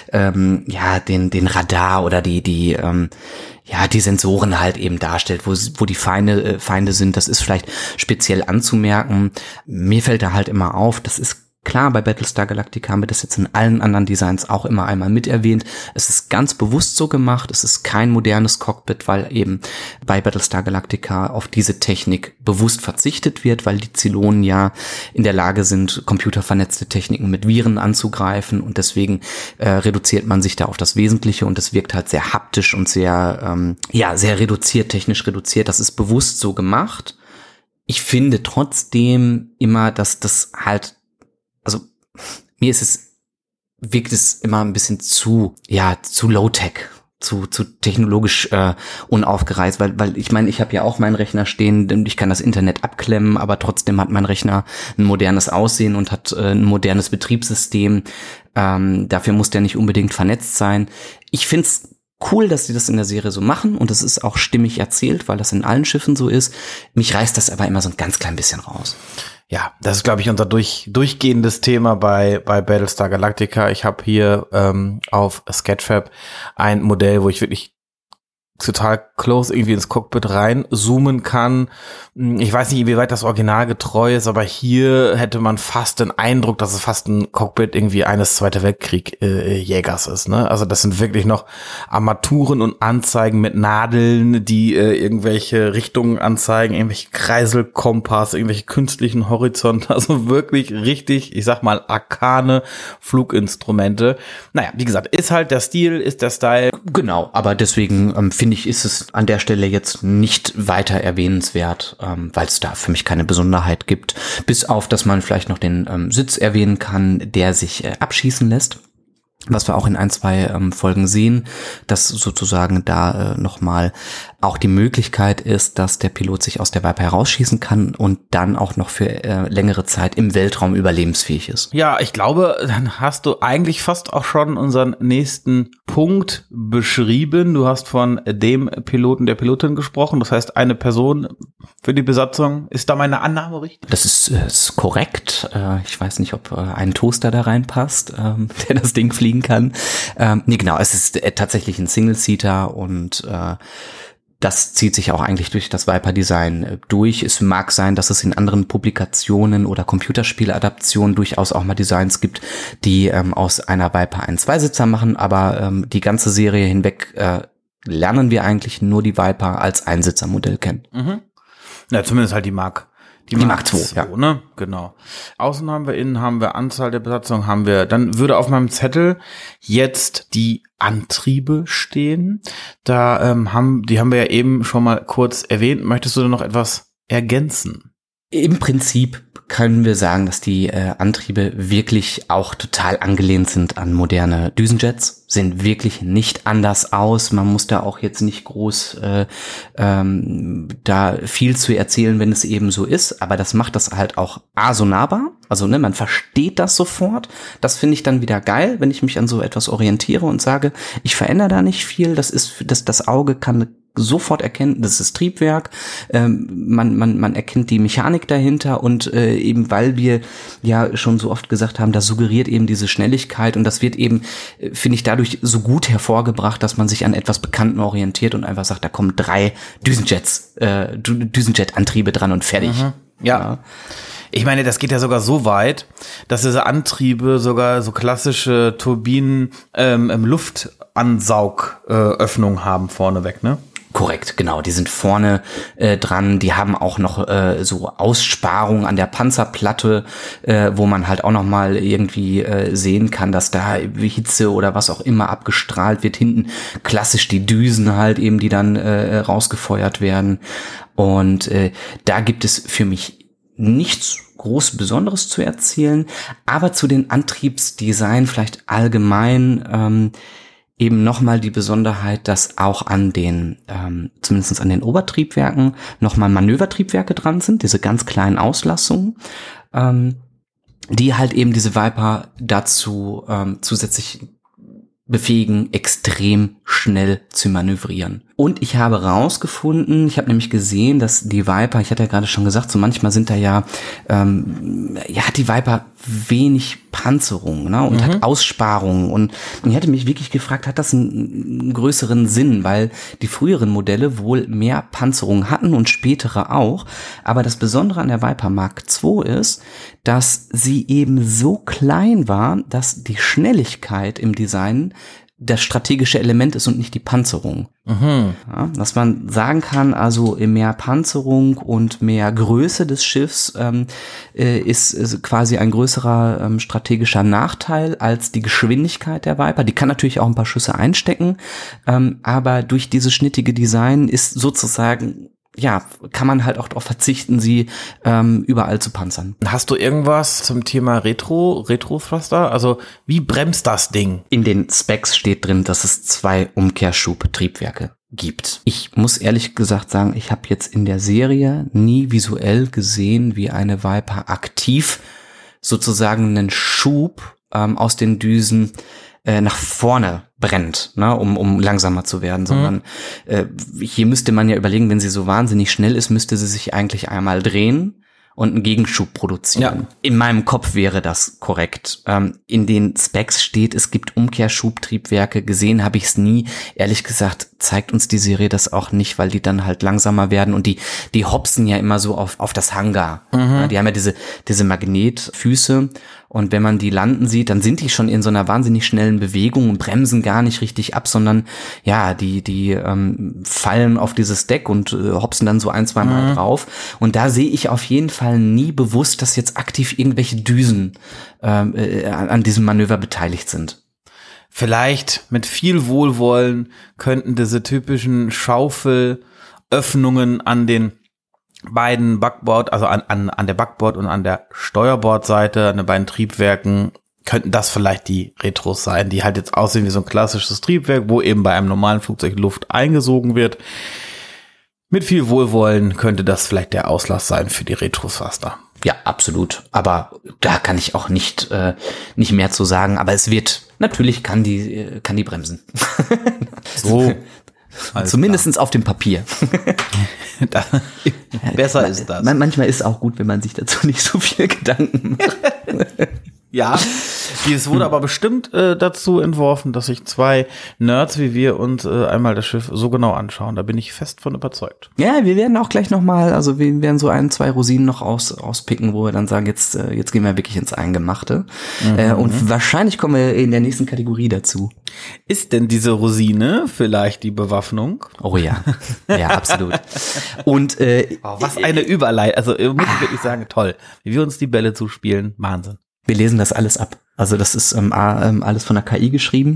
den Radar oder die Sensoren halt eben darstellt, wo die Feinde sind. Das ist vielleicht speziell anzumerken. Mir fällt da halt immer auf, das ist klar, bei Battlestar Galactica haben wir das jetzt in allen anderen Designs auch immer einmal mit erwähnt. Es ist ganz bewusst so gemacht. Es ist kein modernes Cockpit, weil eben bei Battlestar Galactica auf diese Technik bewusst verzichtet wird, weil die Zylonen ja in der Lage sind, computervernetzte Techniken mit Viren anzugreifen und deswegen reduziert man sich da auf das Wesentliche und es wirkt halt sehr haptisch und sehr reduziert, technisch reduziert. Das ist bewusst so gemacht. Ich finde trotzdem immer, dass das halt, also mir wirkt es immer ein bisschen zu low-tech, zu technologisch unaufgereizt, weil ich meine, ich habe ja auch meinen Rechner stehen und ich kann das Internet abklemmen, aber trotzdem hat mein Rechner ein modernes Aussehen und hat ein modernes Betriebssystem. Dafür muss der nicht unbedingt vernetzt sein. Ich find's cool, dass die das in der Serie so machen und es ist auch stimmig erzählt, weil das in allen Schiffen so ist. Mich reißt das aber immer so ein ganz klein bisschen raus. Ja, das ist, glaube ich, unser durchgehendes Thema bei Battlestar Galactica. Ich habe hier auf Sketchfab ein Modell, wo ich wirklich total close irgendwie ins Cockpit reinzoomen kann. Ich weiß nicht, wie weit das Original getreu ist, aber hier hätte man fast den Eindruck, dass es fast ein Cockpit irgendwie eines Zweiter Weltkrieg Jägers ist, ne? Also das sind wirklich noch Armaturen und Anzeigen mit Nadeln, die irgendwelche Richtungen anzeigen, irgendwelche Kreiselkompass, irgendwelche künstlichen Horizonte, also wirklich richtig, ich sag mal, arkane Fluginstrumente. Naja, wie gesagt, ist halt der Stil, ist der Style. Genau, aber deswegen finde ich, ist es an der Stelle jetzt nicht weiter erwähnenswert, weil es da für mich keine Besonderheit gibt, bis auf, dass man vielleicht noch den Sitz erwähnen kann, der sich abschießen lässt, was wir auch in 1-2 Folgen sehen, dass sozusagen da nochmal auch die Möglichkeit ist, dass der Pilot sich aus der Viper herausschießen kann und dann auch noch für längere Zeit im Weltraum überlebensfähig ist. Ja, ich glaube, dann hast du eigentlich fast auch schon unseren nächsten Punkt beschrieben. Du hast von dem Piloten, der Pilotin gesprochen. Das heißt, eine Person für die Besatzung. Ist da meine Annahme richtig? Das ist korrekt. Ich weiß nicht, ob ein Toaster da reinpasst, der das Ding fliegen kann. Nee, genau, es ist tatsächlich ein Single-Seater und das zieht sich auch eigentlich durch das Viper-Design durch. Es mag sein, dass es in anderen Publikationen oder Computerspieladaptionen durchaus auch mal Designs gibt, die aus einer Viper einen Zweisitzer machen, aber die ganze Serie hinweg lernen wir eigentlich nur die Viper als Einsitzermodell kennen. Mhm. Ja, zumindest halt die Mark Die Mark II, ja. Ne? Genau. Außen haben wir, innen haben wir, Anzahl der Besatzung haben wir. Dann würde auf meinem Zettel jetzt die Antriebe stehen. Da die haben wir ja eben schon mal kurz erwähnt. Möchtest du da noch etwas ergänzen? Im Prinzip können wir sagen, dass die Antriebe wirklich auch total angelehnt sind an moderne Düsenjets, sehen wirklich nicht anders aus. Man muss da auch jetzt nicht groß da viel zu erzählen, wenn es eben so ist, aber das macht das halt auch so nahbar. Also ne, man versteht das sofort. Das finde ich dann wieder geil, wenn ich mich an so etwas orientiere und sage, ich verändere da nicht viel. Das Auge kann sofort erkennen, das ist Triebwerk, man erkennt die Mechanik dahinter und eben weil wir ja schon so oft gesagt haben, das suggeriert eben diese Schnelligkeit und das wird eben, finde ich, dadurch so gut hervorgebracht, dass man sich an etwas Bekannten orientiert und einfach sagt, da kommen 3 Düsenjet-Antriebe dran und fertig. Mhm. Ja. Ich meine, das geht ja sogar so weit, dass diese Antriebe sogar so klassische Turbinen Luftansaugöffnungen haben vorneweg, ne? Korrekt, genau. Die sind vorne dran. Die haben auch noch so Aussparungen an der Panzerplatte, wo man halt auch noch mal irgendwie sehen kann, dass da Hitze oder was auch immer abgestrahlt wird. Hinten klassisch die Düsen halt eben, die dann rausgefeuert werden. Und da gibt es für mich nichts groß Besonderes zu erzählen. Aber zu den Antriebsdesign vielleicht allgemein eben nochmal die Besonderheit, dass auch an den, zumindest an den Obertriebwerken, nochmal Manövertriebwerke dran sind, diese ganz kleinen Auslassungen, die halt eben diese Viper dazu zusätzlich befähigen, extrem schnell zu manövrieren. Und ich habe rausgefunden, ich habe nämlich gesehen, dass die Viper, ich hatte ja gerade schon gesagt, so manchmal sind da hat die Viper wenig Panzerung, ne, und hat Aussparungen. Und ich hatte mich wirklich gefragt, hat das einen größeren Sinn, weil die früheren Modelle wohl mehr Panzerung hatten und spätere auch. Aber das Besondere an der Viper Mark II ist, dass sie eben so klein war, dass die Schnelligkeit im Design das strategische Element ist und nicht die Panzerung. Ja, dass man sagen kann, also mehr Panzerung und mehr Größe des Schiffs ist quasi ein größerer strategischer Nachteil als die Geschwindigkeit der Viper. Die kann natürlich auch ein paar Schüsse einstecken, aber durch dieses schnittige Design ist sozusagen, ja, kann man halt auch darauf verzichten, sie überall zu panzern. Hast du irgendwas zum Thema Retro-Thruster? Also wie bremst das Ding? In den Specs steht drin, dass es 2 Umkehrschub-Triebwerke gibt. Ich muss ehrlich gesagt sagen, ich habe jetzt in der Serie nie visuell gesehen, wie eine Viper aktiv sozusagen einen Schub aus den Düsen nach vorne brennt, ne, um langsamer zu werden, sondern hier müsste man ja überlegen, wenn sie so wahnsinnig schnell ist, müsste sie sich eigentlich einmal drehen und einen Gegenschub produzieren. Ja. In meinem Kopf wäre das korrekt. In den Specs steht, es gibt Umkehrschubtriebwerke. Gesehen habe ich es nie. Ehrlich gesagt zeigt uns die Serie das auch nicht, weil die dann halt langsamer werden und die hopsen ja immer so auf das Hangar. Ja, die haben ja diese Magnetfüße. Und wenn man die landen sieht, dann sind die schon in so einer wahnsinnig schnellen Bewegung und bremsen gar nicht richtig ab, sondern ja, die fallen auf dieses Deck und hopsen dann so 1-2 Mal drauf. Und da sehe ich auf jeden Fall nie bewusst, dass jetzt aktiv irgendwelche Düsen an diesem Manöver beteiligt sind. Vielleicht mit viel Wohlwollen könnten diese typischen Schaufelöffnungen an den beiden Backbord, also an der Backbord und an der Steuerbordseite, an den beiden Triebwerken, könnten das vielleicht die Retros sein, die halt jetzt aussehen wie so ein klassisches Triebwerk, wo eben bei einem normalen Flugzeug Luft eingesogen wird. Mit viel Wohlwollen könnte das vielleicht der Auslass sein für die Retro-Thruster. Ja, absolut. Aber da kann ich auch nicht mehr zu sagen. Aber es wird, natürlich kann die bremsen. So. Zumindest auf dem Papier. Besser ist das. Manchmal ist es auch gut, wenn man sich dazu nicht so viel Gedanken macht. Ja, es wurde aber bestimmt dazu entworfen, dass sich zwei Nerds wie wir uns einmal das Schiff so genau anschauen. Da bin ich fest von überzeugt. Ja, wir werden auch gleich nochmal, also wir werden so 1, 2 Rosinen noch auspicken, wo wir dann sagen, jetzt gehen wir wirklich ins Eingemachte. Und wahrscheinlich kommen wir in der nächsten Kategorie dazu. Ist denn diese Rosine vielleicht die Bewaffnung? Oh ja, ja, absolut. Und was eine Überleitung. Also muss ich wirklich sagen, toll. Wie wir uns die Bälle zuspielen, Wahnsinn. Wir lesen das alles ab. Also das ist alles von der KI geschrieben.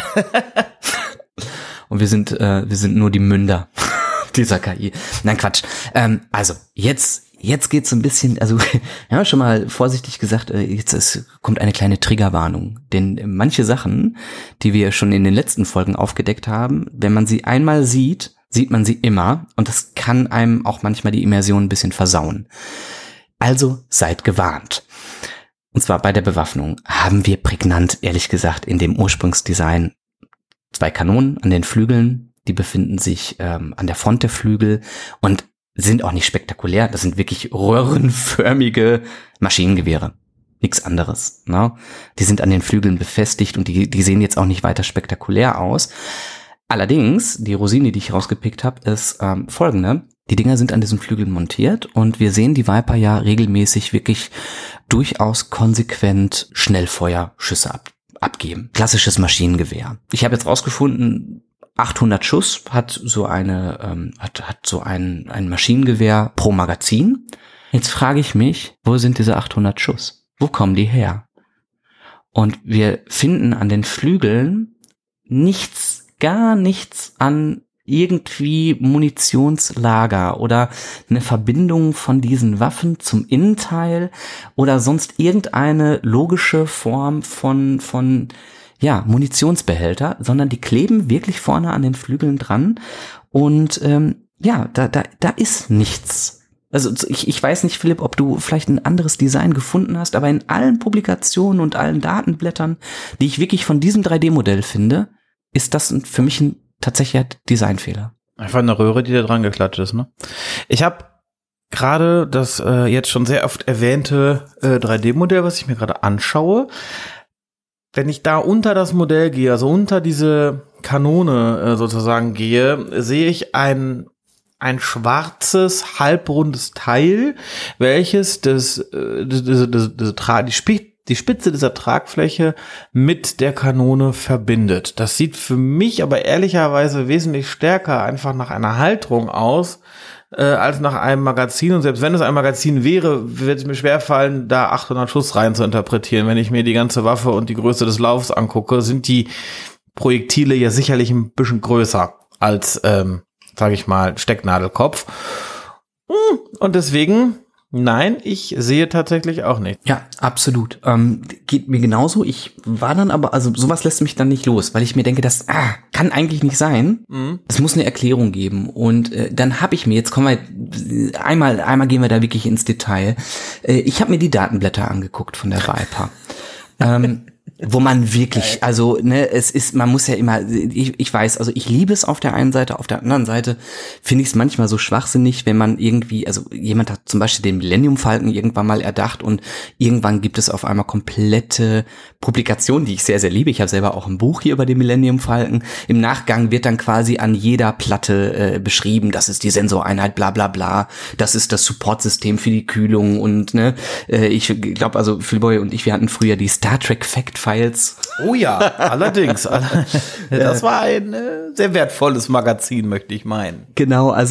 Und wir sind nur die Münder dieser KI. Nein, Quatsch. Also jetzt geht's so ein bisschen, also ja, schon mal vorsichtig gesagt, kommt eine kleine Triggerwarnung. Denn manche Sachen, die wir schon in den letzten Folgen aufgedeckt haben, wenn man sie einmal sieht man sie immer. Und das kann einem auch manchmal die Immersion ein bisschen versauen. Also seid gewarnt. Und zwar bei der Bewaffnung haben wir prägnant, ehrlich gesagt, in dem Ursprungsdesign 2 Kanonen an den Flügeln. Die befinden sich an der Front der Flügel und sind auch nicht spektakulär. Das sind wirklich röhrenförmige Maschinengewehre. Nichts anderes. Ne? Die sind an den Flügeln befestigt und die sehen jetzt auch nicht weiter spektakulär aus. Allerdings, die Rosine, die ich rausgepickt habe, ist folgende. Die Dinger sind an diesen Flügeln montiert und wir sehen die Viper ja regelmäßig wirklich durchaus konsequent Schnellfeuerschüsse abgeben. Klassisches Maschinengewehr. Ich habe jetzt rausgefunden, 800 Schuss hat so ein Maschinengewehr pro Magazin. Jetzt frage ich mich, wo sind diese 800 Schuss? Wo kommen die her? Und wir finden an den Flügeln gar nichts an irgendwie Munitionslager oder eine Verbindung von diesen Waffen zum Innenteil oder sonst irgendeine logische Form von Munitionsbehälter, sondern die kleben wirklich vorne an den Flügeln dran und da ist nichts. Also ich weiß nicht, Philipp, ob du vielleicht ein anderes Design gefunden hast, aber in allen Publikationen und allen Datenblättern, die ich wirklich von diesem 3D-Modell finde, ist das für mich ein tatsächlicher Designfehler. Einfach eine Röhre, die da dran geklatscht ist, ne? Ich habe gerade das jetzt schon sehr oft erwähnte 3D-Modell, was ich mir gerade anschaue. Wenn ich da unter das Modell gehe, also unter diese Kanone sozusagen gehe, sehe ich ein schwarzes, halbrundes Teil, welches die Spitze dieser Tragfläche mit der Kanone verbindet. Das sieht für mich aber ehrlicherweise wesentlich stärker einfach nach einer Halterung aus, als nach einem Magazin. Und selbst wenn es ein Magazin wäre, wird es mir schwerfallen, da 800 Schuss rein zu interpretieren. Wenn ich mir die ganze Waffe und die Größe des Laufs angucke, sind die Projektile ja sicherlich ein bisschen größer als, sage ich mal, Stecknadelkopf. Und deswegen, nein, ich sehe tatsächlich auch nicht. Ja, absolut. Geht mir genauso. Ich war dann aber, also sowas lässt mich dann nicht los, weil ich mir denke, das kann eigentlich nicht sein. Es muss eine Erklärung geben. Und dann habe ich mir, jetzt kommen wir, einmal gehen wir da wirklich ins Detail. Ich habe mir die Datenblätter angeguckt von der Viper. Wo man wirklich, also man muss ja immer, ich weiß, also ich liebe es auf der einen Seite, auf der anderen Seite finde ich es manchmal so schwachsinnig, wenn man irgendwie, also jemand hat zum Beispiel den Millennium Falcon irgendwann mal erdacht und irgendwann gibt es auf einmal komplette Publikationen, die ich sehr, sehr liebe. Ich habe selber auch ein Buch hier über den Millennium Falcon. Im Nachgang wird dann quasi an jeder Platte beschrieben, das ist die Sensoreinheit, bla bla bla, das ist das Supportsystem für die Kühlung und ich glaube, also Philboy und ich, wir hatten früher die Star Trek Fact Files. Oh ja, allerdings. Das war ein sehr wertvolles Magazin, möchte ich meinen. Genau, das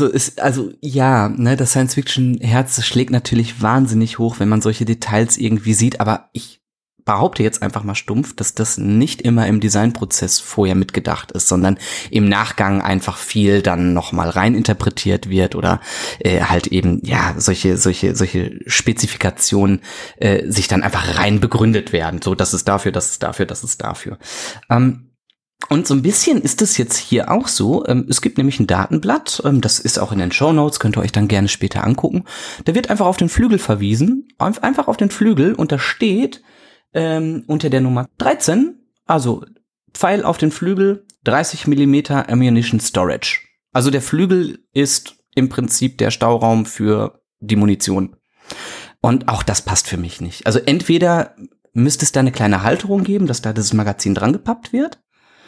Science-Fiction-Herz schlägt natürlich wahnsinnig hoch, wenn man solche Details irgendwie sieht, aber ich behaupte jetzt einfach mal stumpf, dass das nicht immer im Designprozess vorher mitgedacht ist, sondern im Nachgang einfach viel dann nochmal reininterpretiert wird oder halt eben, ja, solche Spezifikationen sich dann einfach rein begründet werden. So, das ist dafür, das ist dafür, das ist dafür. Und so ein bisschen ist es jetzt hier auch so. Es gibt nämlich ein Datenblatt, das ist auch in den Shownotes, könnt ihr euch dann gerne später angucken. Da wird einfach auf den Flügel verwiesen, einfach auf den Flügel und da steht unter der Nummer 13, also Pfeil auf den Flügel, 30 mm Ammunition Storage. Also der Flügel ist im Prinzip der Stauraum für die Munition. Und auch das passt für mich nicht. Also entweder müsste es da eine kleine Halterung geben, dass da das Magazin dran gepappt wird.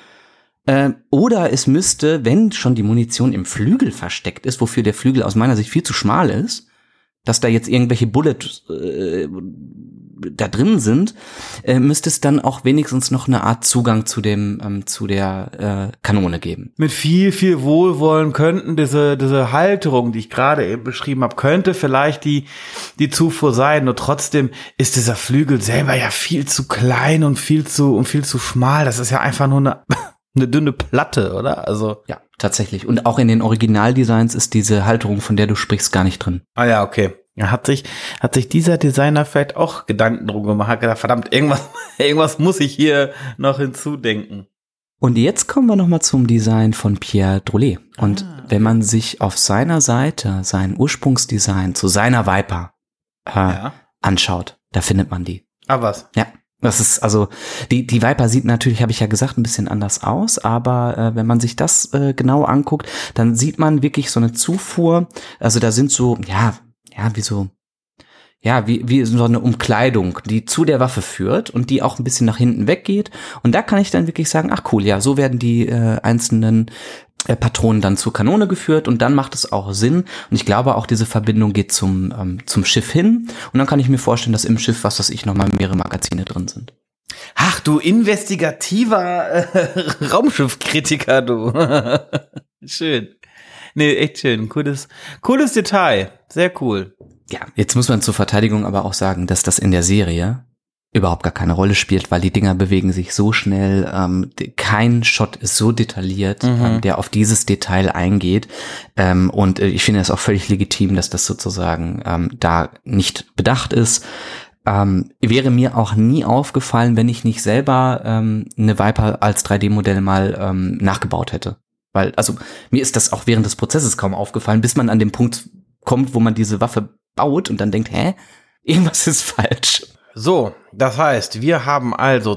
Oder es müsste, wenn schon die Munition im Flügel versteckt ist, wofür der Flügel aus meiner Sicht viel zu schmal ist, dass da jetzt irgendwelche Bullets da drin sind, müsste es dann auch wenigstens noch eine Art Zugang zu der Kanone geben. Mit viel, viel Wohlwollen könnten diese Halterung, die ich gerade eben beschrieben habe, könnte vielleicht die Zufuhr sein. Nur trotzdem ist dieser Flügel selber ja viel zu klein und viel zu schmal. Das ist ja einfach nur eine dünne Platte, oder? Also ja, tatsächlich. Und auch in den Originaldesigns ist diese Halterung, von der du sprichst, gar nicht drin. Ah ja, okay. Ja, hat sich dieser Designer vielleicht auch Gedanken drum gemacht, hat gedacht, verdammt, irgendwas muss ich hier noch hinzudenken. Und jetzt kommen wir nochmal zum Design von Pierre Drolet. Und wenn man sich auf seiner Seite sein Ursprungsdesign zu seiner Viper anschaut, da findet man die. Ah, was? Ja. Das ist, also, die Viper sieht natürlich, habe ich ja gesagt, ein bisschen anders aus, aber wenn man sich das genau anguckt, dann sieht man wirklich so eine Zufuhr, also da sind so, wie so eine Umkleidung, die zu der Waffe führt und die auch ein bisschen nach hinten weggeht. Und da kann ich dann wirklich sagen, ach cool, ja, so werden die einzelnen Patronen dann zur Kanone geführt und dann macht es auch Sinn. Und ich glaube auch, diese Verbindung geht zum Schiff hin. Und dann kann ich mir vorstellen, dass im Schiff, nochmal mehrere Magazine drin sind. Ach, du investigativer Raumschiffkritiker, du. Schön. Nee, echt schön. Cooles Detail. Sehr cool. Ja, jetzt muss man zur Verteidigung aber auch sagen, dass das in der Serie überhaupt gar keine Rolle spielt, weil die Dinger bewegen sich so schnell, kein Shot ist so detailliert, der auf dieses Detail eingeht, und ich finde es auch völlig legitim, dass das sozusagen da nicht bedacht ist. Wäre mir auch nie aufgefallen, wenn ich nicht selber eine Viper als 3D-Modell mal nachgebaut hätte. Weil, also mir ist das auch während des Prozesses kaum aufgefallen, bis man an den Punkt kommt, wo man diese Waffe baut und dann denkt, irgendwas ist falsch. So, das heißt, wir haben also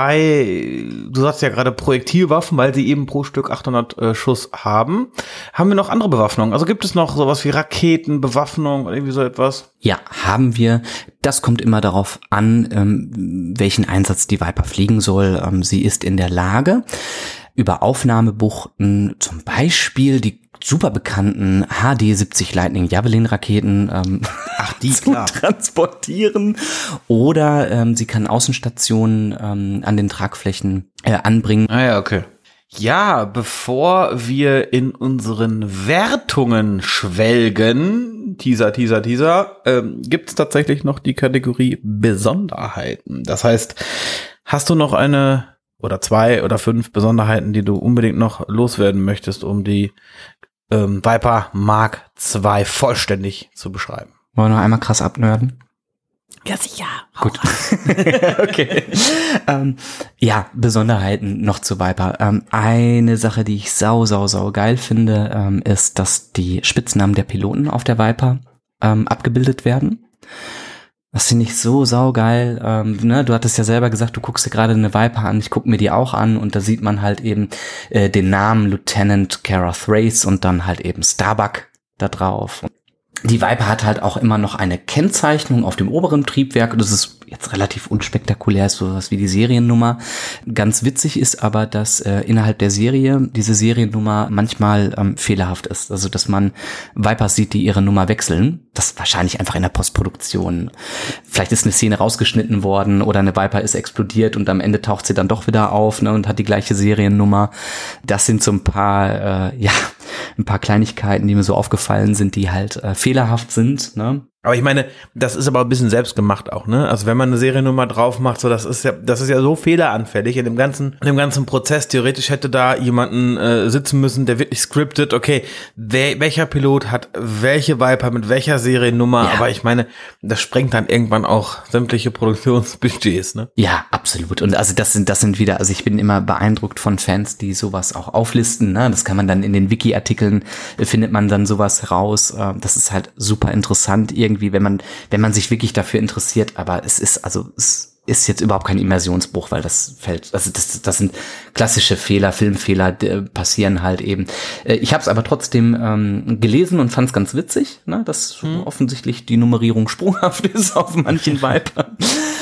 2, du sagst ja gerade Projektilwaffen, weil sie eben pro Stück 800 Schuss haben. Haben wir noch andere Bewaffnungen? Also gibt es noch sowas wie Raketenbewaffnung oder irgendwie so etwas? Ja, haben wir. Das kommt immer darauf an, welchen Einsatz die Viper fliegen soll. Sie ist in der Lage, über Aufnahmebuchten zum Beispiel die super bekannten HD-70 Lightning Javelin Raketen zu transportieren, oder sie kann Außenstationen an den Tragflächen anbringen. Ah ja, okay. Ja, bevor wir in unseren Wertungen schwelgen, Teaser, gibt es tatsächlich noch die Kategorie Besonderheiten. Das heißt, hast du noch eine oder 2 oder 5 Besonderheiten, die du unbedingt noch loswerden möchtest, um die Viper Mark II vollständig zu beschreiben? Wollen wir noch einmal krass abnörden? Ja, sicher. Gut. Okay. Besonderheiten noch zu Viper. Eine Sache, die ich sau geil finde, ist, dass die Spitznamen der Piloten auf der Viper abgebildet werden. Das finde ich so saugeil. Du hattest ja selber gesagt, du guckst dir gerade eine Viper an, ich gucke mir die auch an, und da sieht man halt eben den Namen Lieutenant Kara Thrace und dann halt eben Starbuck da drauf. Die Viper hat halt auch immer noch eine Kennzeichnung auf dem oberen Triebwerk. Das ist jetzt relativ unspektakulär, ist sowas wie die Seriennummer. Ganz witzig ist aber, dass innerhalb der Serie diese Seriennummer manchmal fehlerhaft ist. Also, dass man Vipers sieht, die ihre Nummer wechseln. Das ist wahrscheinlich einfach in der Postproduktion. Vielleicht ist eine Szene rausgeschnitten worden oder eine Viper ist explodiert und am Ende taucht sie dann doch wieder auf, ne, und hat die gleiche Seriennummer. Das sind so ein paar Kleinigkeiten, die mir so aufgefallen sind, die halt fehlerhaft sind, ne? Aber ich meine, das ist aber ein bisschen selbst gemacht auch, ne? Also wenn man eine Seriennummer drauf macht, so das ist ja so fehleranfällig in dem ganzen Prozess. Theoretisch hätte da jemanden sitzen müssen, der wirklich scriptet, okay, welcher Pilot hat welche Viper mit welcher Seriennummer, ja. Aber ich meine, das sprengt dann irgendwann auch sämtliche Produktionsbudgets, ne? Ja, absolut. Und also das sind wieder, also ich bin immer beeindruckt von Fans, die sowas auch auflisten, ne? Das kann man dann in den Wiki-Artikeln, findet man dann sowas raus. Das ist halt super interessant irgendwie, wenn man sich wirklich dafür interessiert, aber es ist jetzt überhaupt kein Immersionsbruch, weil das sind klassische Fehler, Filmfehler, passieren halt eben. Ich habe es aber trotzdem gelesen und fand es ganz witzig, ne, dass offensichtlich die Nummerierung sprunghaft ist auf manchen Vipern.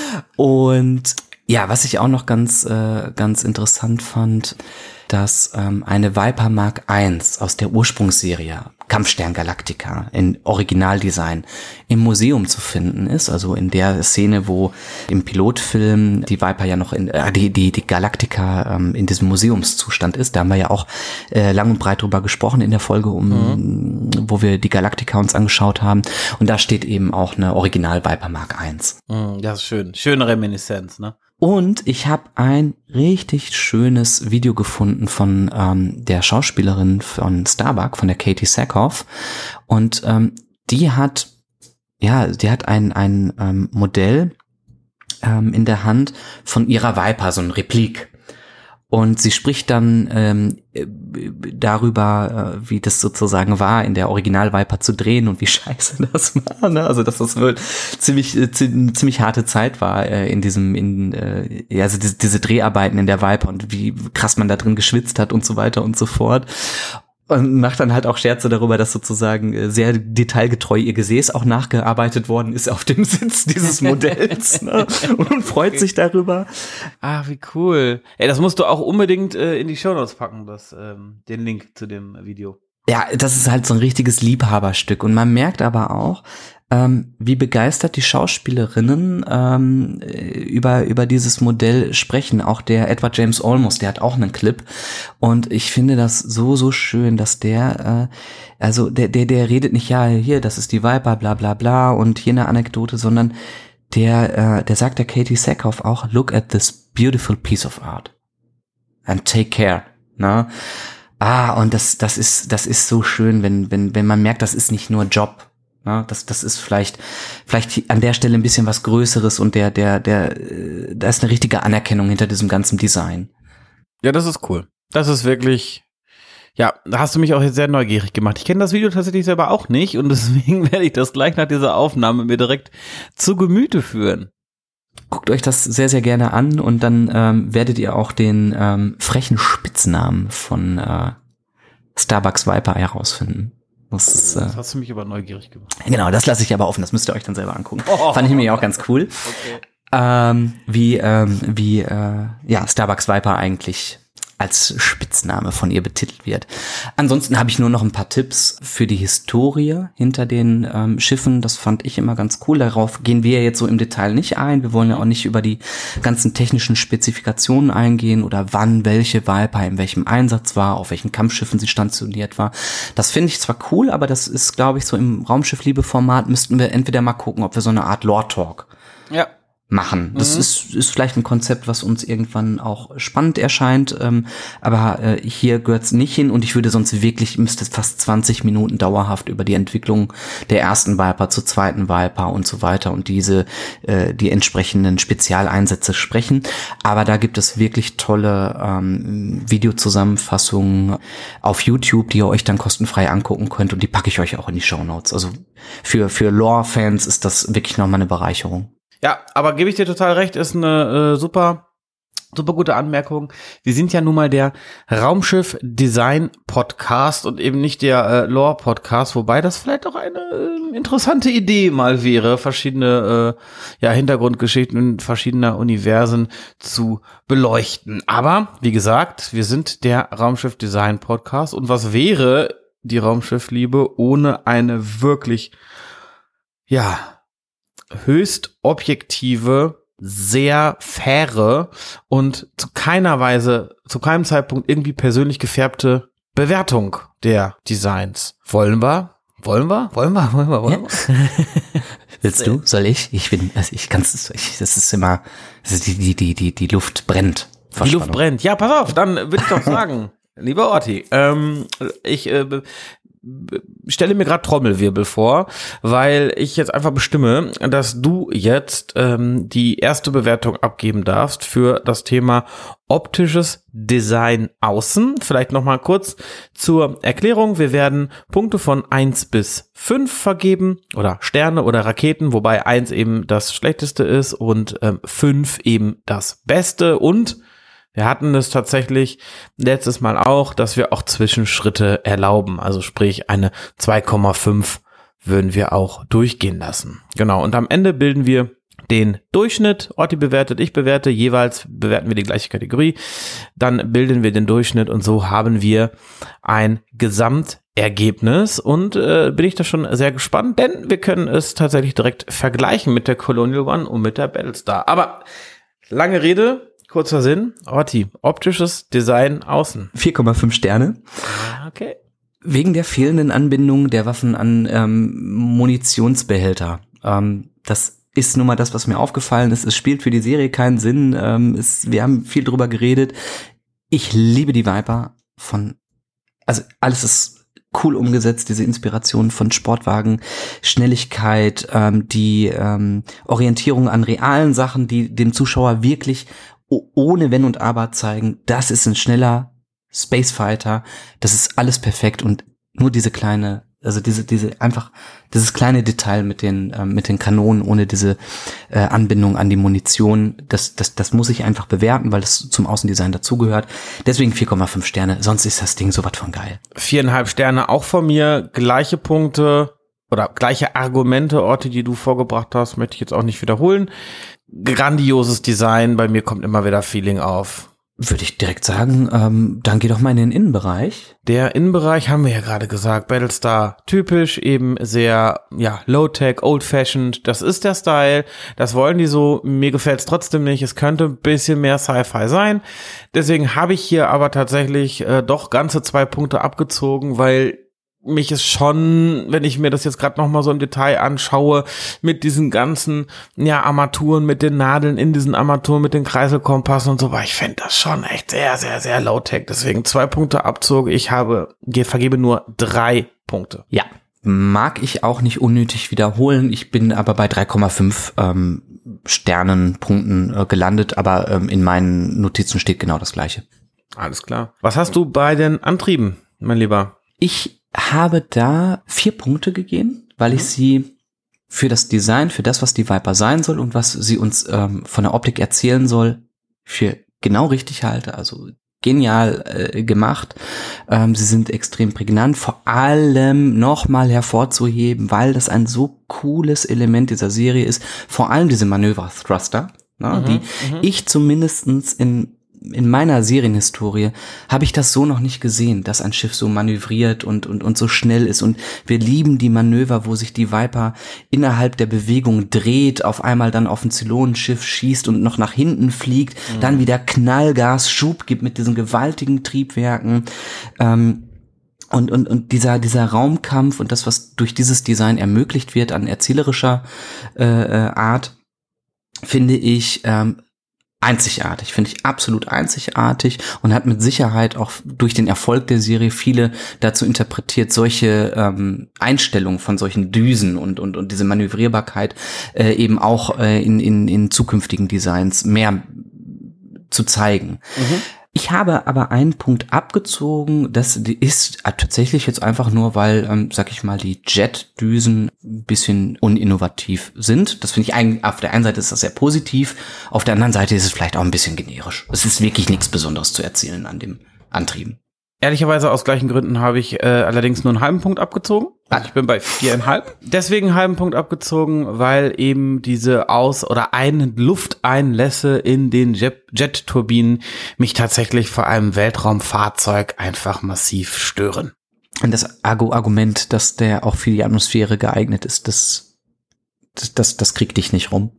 Und ja, was ich auch noch ganz interessant fand, dass eine Viper Mark I aus der Ursprungsserie Kampfstern Galactica in Originaldesign im Museum zu finden ist, also in der Szene, wo im Pilotfilm die Viper ja noch die Galactica in diesem Museumszustand ist. Da haben wir ja auch lang und breit drüber gesprochen in der Folge, wo wir die Galactica uns angeschaut haben. Und da steht eben auch eine Original Viper Mark I. Das ist schön. Schöne Reminiszenz, ne? Und ich habe ein richtig schönes Video gefunden von der Schauspielerin von Starbuck, von der Katie Sackhoff. Und die hat ein Modell in der Hand von ihrer Viper, so ein Replik. Und sie spricht dann darüber, wie das sozusagen war, in der Original-Viper zu drehen und wie scheiße das war. Ne? Also dass das wohl ziemlich harte Zeit war also diese Dreharbeiten in der Viper und wie krass man da drin geschwitzt hat und so weiter und so fort. Und macht dann halt auch Scherze darüber, dass sozusagen sehr detailgetreu ihr Gesäß auch nachgearbeitet worden ist auf dem Sitz dieses Modells, ne? Und freut sich darüber. Ah, wie cool. Ey, das musst du auch unbedingt in die Shownotes packen, den Link zu dem Video. Ja, das ist halt so ein richtiges Liebhaberstück. Und man merkt aber auch, wie begeistert die Schauspielerinnen über dieses Modell sprechen. Auch der Edward James Olmos, der hat auch einen Clip. Und ich finde das so schön, dass der redet nicht, ja, hier, das ist die Viper, bla bla bla und hier eine Anekdote, sondern der sagt der Katie Sackhoff auch, look at this beautiful piece of art and take care. Ne? Und das ist so schön, wenn man merkt, das ist nicht nur Job. Na, das ist vielleicht an der Stelle ein bisschen was Größeres und da ist eine richtige Anerkennung hinter diesem ganzen Design. Ja, das ist cool. Das ist wirklich, ja, da hast du mich auch jetzt sehr neugierig gemacht. Ich kenne das Video tatsächlich selber auch nicht und deswegen werde ich das gleich nach dieser Aufnahme mir direkt zu Gemüte führen. Guckt euch das sehr, sehr gerne an und dann werdet ihr auch den frechen Spitznamen von Starbucks Viper herausfinden. Das hast du mich aber neugierig gemacht. Genau, das lasse ich aber offen, das müsst ihr euch dann selber angucken. Fand ich mir auch ganz cool. Okay. Wie Starbucks Viper eigentlich als Spitzname von ihr betitelt wird. Ansonsten habe ich nur noch ein paar Tipps für die Historie hinter den Schiffen. Das fand ich immer ganz cool. Darauf gehen wir jetzt so im Detail nicht ein. Wir wollen ja auch nicht über die ganzen technischen Spezifikationen eingehen oder wann welche Viper in welchem Einsatz war, auf welchen Kampfschiffen sie stationiert war. Das finde ich zwar cool, aber das ist, glaube ich, so im Raumschiff-Liebe-Format müssten wir entweder mal gucken, ob wir so eine Art Lore-Talk machen. Das ist vielleicht ein Konzept, was uns irgendwann auch spannend erscheint, aber hier gehört's nicht hin und ich würde sonst müsste fast 20 Minuten dauerhaft über die Entwicklung der ersten Viper zur zweiten Viper und so weiter und die entsprechenden Spezialeinsätze sprechen. Aber da gibt es wirklich tolle Videozusammenfassungen auf YouTube, die ihr euch dann kostenfrei angucken könnt und die packe ich euch auch in die Shownotes. Also für Lore-Fans ist das wirklich nochmal eine Bereicherung. Ja, aber gebe ich dir total recht, ist eine super gute Anmerkung. Wir sind ja nun mal der Raumschiff-Design-Podcast und eben nicht der Lore-Podcast, wobei das vielleicht auch eine interessante Idee mal wäre, verschiedene Hintergrundgeschichten verschiedener Universen zu beleuchten. Aber, wie gesagt, wir sind der Raumschiff-Design-Podcast und was wäre die Raumschiffliebe ohne eine wirklich, höchst objektive, sehr faire und zu keinem Zeitpunkt irgendwie persönlich gefärbte Bewertung der Designs. Wollen wir? Ja. Willst du? Soll ich? Das ist immer, die Luft brennt. Die Luft brennt. Ja, pass auf, dann würde ich doch sagen, lieber Orti, ich stelle mir gerade Trommelwirbel vor, weil ich jetzt einfach bestimme, dass du jetzt die erste Bewertung abgeben darfst für das Thema optisches Design außen. Vielleicht nochmal kurz zur Erklärung. Wir werden Punkte von 1 bis 5 vergeben oder Sterne oder Raketen, wobei 1 eben das Schlechteste ist und 5 eben das Beste und wir hatten es tatsächlich letztes Mal auch, dass wir auch Zwischenschritte erlauben. Also sprich eine 2,5 würden wir auch durchgehen lassen. Genau, und am Ende bilden wir den Durchschnitt. Orti bewertet, ich bewerte, jeweils bewerten wir die gleiche Kategorie. Dann bilden wir den Durchschnitt und so haben wir ein Gesamtergebnis. Und bin ich da schon sehr gespannt, denn wir können es tatsächlich direkt vergleichen mit der Colonial One und mit der Battlestar. Aber lange Rede, kurzer Sinn. Orti, optisches Design außen. 4,5 Sterne. Okay. Wegen der fehlenden Anbindung der Waffen an Munitionsbehälter. Das ist nun mal das, was mir aufgefallen ist. Es spielt für die Serie keinen Sinn. Wir haben viel drüber geredet. Ich liebe die Viper also alles ist cool umgesetzt, diese Inspiration von Sportwagen, Schnelligkeit, die Orientierung an realen Sachen, die dem Zuschauer wirklich ohne Wenn und Aber zeigen, das ist ein schneller Spacefighter, das ist alles perfekt und nur dieses kleine Detail mit den Kanonen ohne diese Anbindung an die Munition, das muss ich einfach bewerten, weil das zum Außendesign dazugehört. Deswegen 4,5 Sterne, sonst ist das Ding sowas von geil. 4,5 Sterne auch von mir, gleiche Punkte oder gleiche Argumente, Orte, die du vorgebracht hast, möchte ich jetzt auch nicht wiederholen. Grandioses Design, bei mir kommt immer wieder Feeling auf. Würde ich direkt sagen, dann geh doch mal in den Innenbereich. Der Innenbereich haben wir ja gerade gesagt, Battlestar typisch, eben sehr, low-tech, old-fashioned, das ist der Style, das wollen die so, mir gefällt's trotzdem nicht, es könnte ein bisschen mehr Sci-Fi sein, deswegen habe ich hier aber tatsächlich doch ganze 2 Punkte abgezogen, weil mich ist schon, wenn ich mir das jetzt gerade nochmal so im Detail anschaue, mit diesen ganzen, Armaturen, mit den Nadeln in diesen Armaturen, mit den Kreiselkompassen und so, weil ich fände das schon echt sehr, sehr, sehr low-tech. Deswegen 2 Punkte Abzug. Ich vergebe nur 3 Punkte. Ja, mag ich auch nicht unnötig wiederholen. Ich bin aber bei 3,5 Sternenpunkten gelandet, aber in meinen Notizen steht genau das Gleiche. Alles klar. Was hast du bei den Antrieben, mein Lieber? Ich habe da 4 Punkte gegeben, weil ich sie für das Design, für das, was die Viper sein soll und was sie uns von der Optik erzählen soll, für genau richtig halte. Also genial gemacht. Sie sind extrem prägnant, vor allem nochmal hervorzuheben, weil das ein so cooles Element dieser Serie ist. Vor allem diese Manöver-Thruster, die ich zumindestens in meiner Serienhistorie habe ich das so noch nicht gesehen, dass ein Schiff so manövriert und so schnell ist. Und wir lieben die Manöver, wo sich die Viper innerhalb der Bewegung dreht, auf einmal dann auf ein Zylonenschiff schießt und noch nach hinten fliegt, dann wieder Knallgas, Schub gibt mit diesen gewaltigen Triebwerken. Und dieser Raumkampf und das, was durch dieses Design ermöglicht wird an erzählerischer Art, finde ich einzigartig, finde ich absolut einzigartig und hat mit Sicherheit auch durch den Erfolg der Serie viele dazu interpretiert, solche Einstellungen von solchen Düsen und diese Manövrierbarkeit eben auch in zukünftigen Designs mehr zu zeigen. Ich habe aber einen Punkt abgezogen, das ist tatsächlich jetzt einfach nur, weil, sag ich mal, die Jet-Düsen ein bisschen uninnovativ sind. Das finde ich eigentlich, auf der einen Seite ist das sehr positiv, auf der anderen Seite ist es vielleicht auch ein bisschen generisch. Es ist wirklich nichts Besonderes zu erzählen an dem Antrieben. Ehrlicherweise aus gleichen Gründen habe ich allerdings nur einen halben Punkt abgezogen. Also ich bin bei 4,5. Deswegen einen halben Punkt abgezogen, weil eben diese Lufteinlässe in den Jet-Turbinen mich tatsächlich vor einem Weltraumfahrzeug einfach massiv stören. Und das Argument, dass der auch für die Atmosphäre geeignet ist, das kriegt dich nicht rum.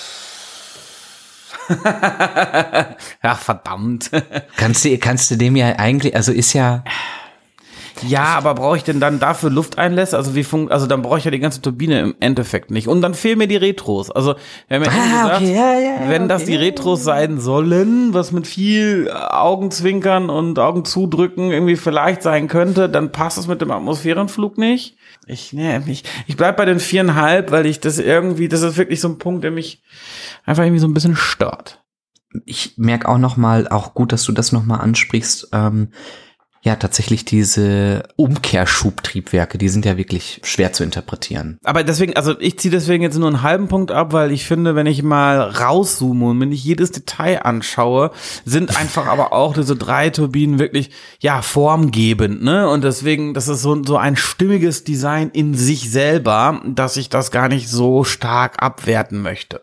Ja, verdammt. Kannst du dem ja eigentlich, also ist ja... Ja, aber brauche ich denn dann dafür Lufteinlässe? Also dann brauche ich ja die ganze Turbine im Endeffekt nicht. Und dann fehlen mir die Retros. Also wir haben ja gesagt, wenn das die Retros sein sollen, was mit viel Augenzwinkern und Augen zudrücken irgendwie vielleicht sein könnte, dann passt es mit dem Atmosphärenflug nicht. Ich bleib bei den 4,5, weil das ist wirklich so ein Punkt, der mich einfach irgendwie so ein bisschen stört. Ich merke auch nochmal, auch gut, dass du das nochmal ansprichst, ja, tatsächlich diese Umkehrschubtriebwerke, die sind ja wirklich schwer zu interpretieren. Aber ich ziehe deswegen jetzt nur einen halben Punkt ab, weil ich finde, wenn ich mal rauszoome und wenn ich jedes Detail anschaue, sind einfach aber auch diese 3 Turbinen wirklich, formgebend, ne? Und deswegen, das ist so ein stimmiges Design in sich selber, dass ich das gar nicht so stark abwerten möchte.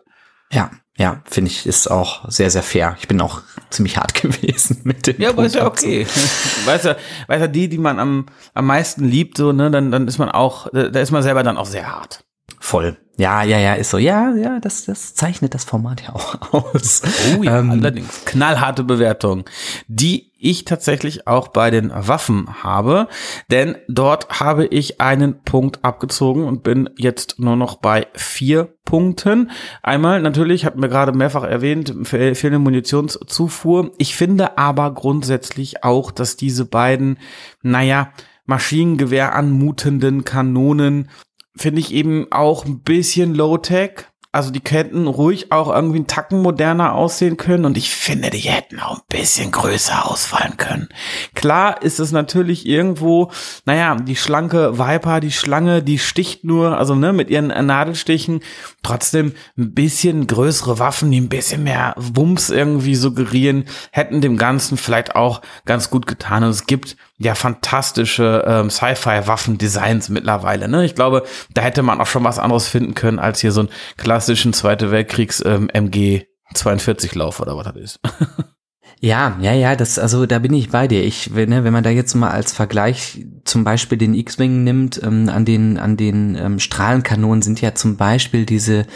Ja, finde ich, ist auch sehr, sehr fair. Ich bin auch ziemlich hart gewesen mit dem. Ja, aber ist ja okay. Weißt du, die man am meisten liebt, so, ne, dann ist man auch, da ist man selber dann auch sehr hart. Voll. Ja, ist so. Ja, das zeichnet das Format ja auch aus. Oh ja, allerdings. Knallharte Bewertung, die ich tatsächlich auch bei den Waffen habe, denn dort habe ich einen Punkt abgezogen und bin jetzt nur noch bei 4 Punkten. Einmal natürlich, hatten wir gerade mehrfach erwähnt, fehlende Munitionszufuhr. Ich finde aber grundsätzlich auch, dass diese beiden, Maschinengewehr anmutenden Kanonen finde ich eben auch ein bisschen Low-Tech. Also die könnten ruhig auch irgendwie einen Tacken moderner aussehen können und ich finde, die hätten auch ein bisschen größer ausfallen können. Klar ist es natürlich irgendwo, die schlanke Viper, die Schlange, die sticht nur, also mit ihren Nadelstichen, trotzdem ein bisschen größere Waffen, die ein bisschen mehr Wumms irgendwie suggerieren, hätten dem Ganzen vielleicht auch ganz gut getan. Und es gibt ja fantastische Sci-Fi-Waffen-Designs mittlerweile, ne? Ich glaube, da hätte man auch schon was anderes finden können, als hier so einen klassischen Zweite Weltkriegs MG 42 Lauf oder was das ist. Ja, also da bin ich bei dir. Wenn man da jetzt mal als Vergleich zum Beispiel den X-Wing nimmt, an den Strahlenkanonen sind ja zum Beispiel diese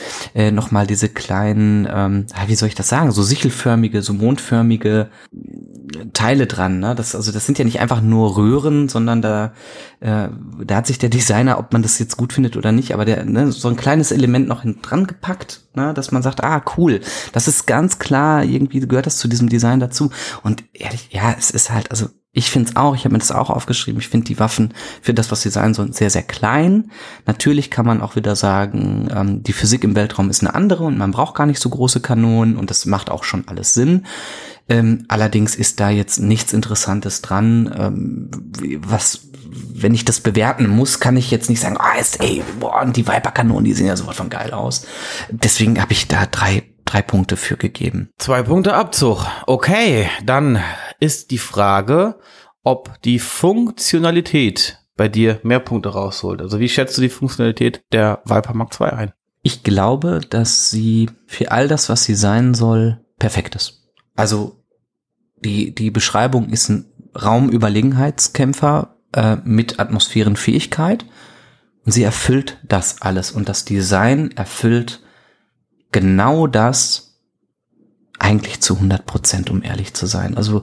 kleinen, wie soll ich das sagen, so sichelförmige, so mondförmige Teile dran, ne? Das sind ja nicht einfach nur Röhren, sondern da hat sich der Designer, ob man das jetzt gut findet oder nicht, aber so ein kleines Element noch dran gepackt, ne? Dass man sagt, cool, das ist ganz klar, irgendwie gehört das zu diesem Design dazu. Und ehrlich, es ist halt, also ich finde es auch, ich habe mir das auch aufgeschrieben, ich finde die Waffen für das, was sie sein sollen, sehr, sehr klein. Natürlich kann man auch wieder sagen, die Physik im Weltraum ist eine andere und man braucht gar nicht so große Kanonen und das macht auch schon alles Sinn. Allerdings ist da jetzt nichts Interessantes dran, wenn ich das bewerten muss, kann ich jetzt nicht sagen, und die Viper-Kanonen, die sehen ja sowas von geil aus. Deswegen habe ich da drei Punkte für gegeben. 2 Punkte Abzug. Okay, dann ist die Frage, ob die Funktionalität bei dir mehr Punkte rausholt. Also wie schätzt du die Funktionalität der Viper Mark II ein? Ich glaube, dass sie für all das, was sie sein soll, perfekt ist. Also die Beschreibung ist ein Raumüberlegenheitskämpfer mit Atmosphärenfähigkeit und sie erfüllt das alles und das Design erfüllt genau das eigentlich zu 100%, um ehrlich zu sein. Also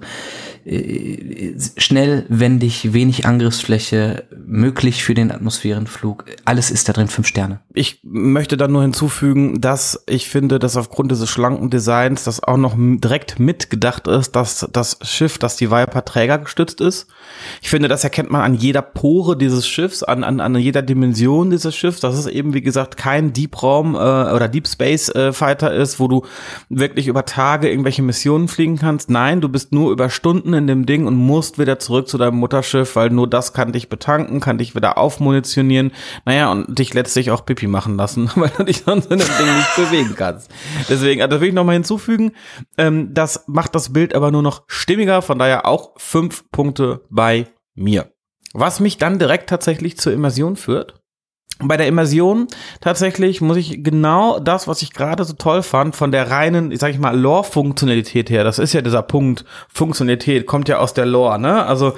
schnell, wendig, wenig Angriffsfläche, möglich für den Atmosphärenflug. Alles ist da drin 5 Sterne. Ich möchte dann nur hinzufügen, dass ich finde, dass aufgrund dieses schlanken Designs das auch noch direkt mitgedacht ist, dass das Schiff, dass die Viper trägergestützt ist. Ich finde, das erkennt man an jeder Pore dieses Schiffs, an jeder Dimension dieses Schiffs, dass es eben, wie gesagt, kein Deep-Raum oder Deep Space Fighter ist, wo du wirklich über Tage irgendwelche Missionen fliegen kannst. Nein, du bist nur über Stunden in dem Ding und musst wieder zurück zu deinem Mutterschiff, weil nur das kann dich betanken, kann dich wieder aufmunitionieren, und dich letztlich auch Pipi machen lassen, weil du dich sonst in dem Ding nicht bewegen kannst. Deswegen, das will ich nochmal hinzufügen, das macht das Bild aber nur noch stimmiger, von daher auch 5 Punkte bei mir. Was mich dann direkt tatsächlich zur Immersion führt. Bei der Immersion tatsächlich muss ich genau das, was ich gerade so toll fand, von der reinen, Lore-Funktionalität her, das ist ja dieser Punkt, Funktionalität, kommt ja aus der Lore, ne? Also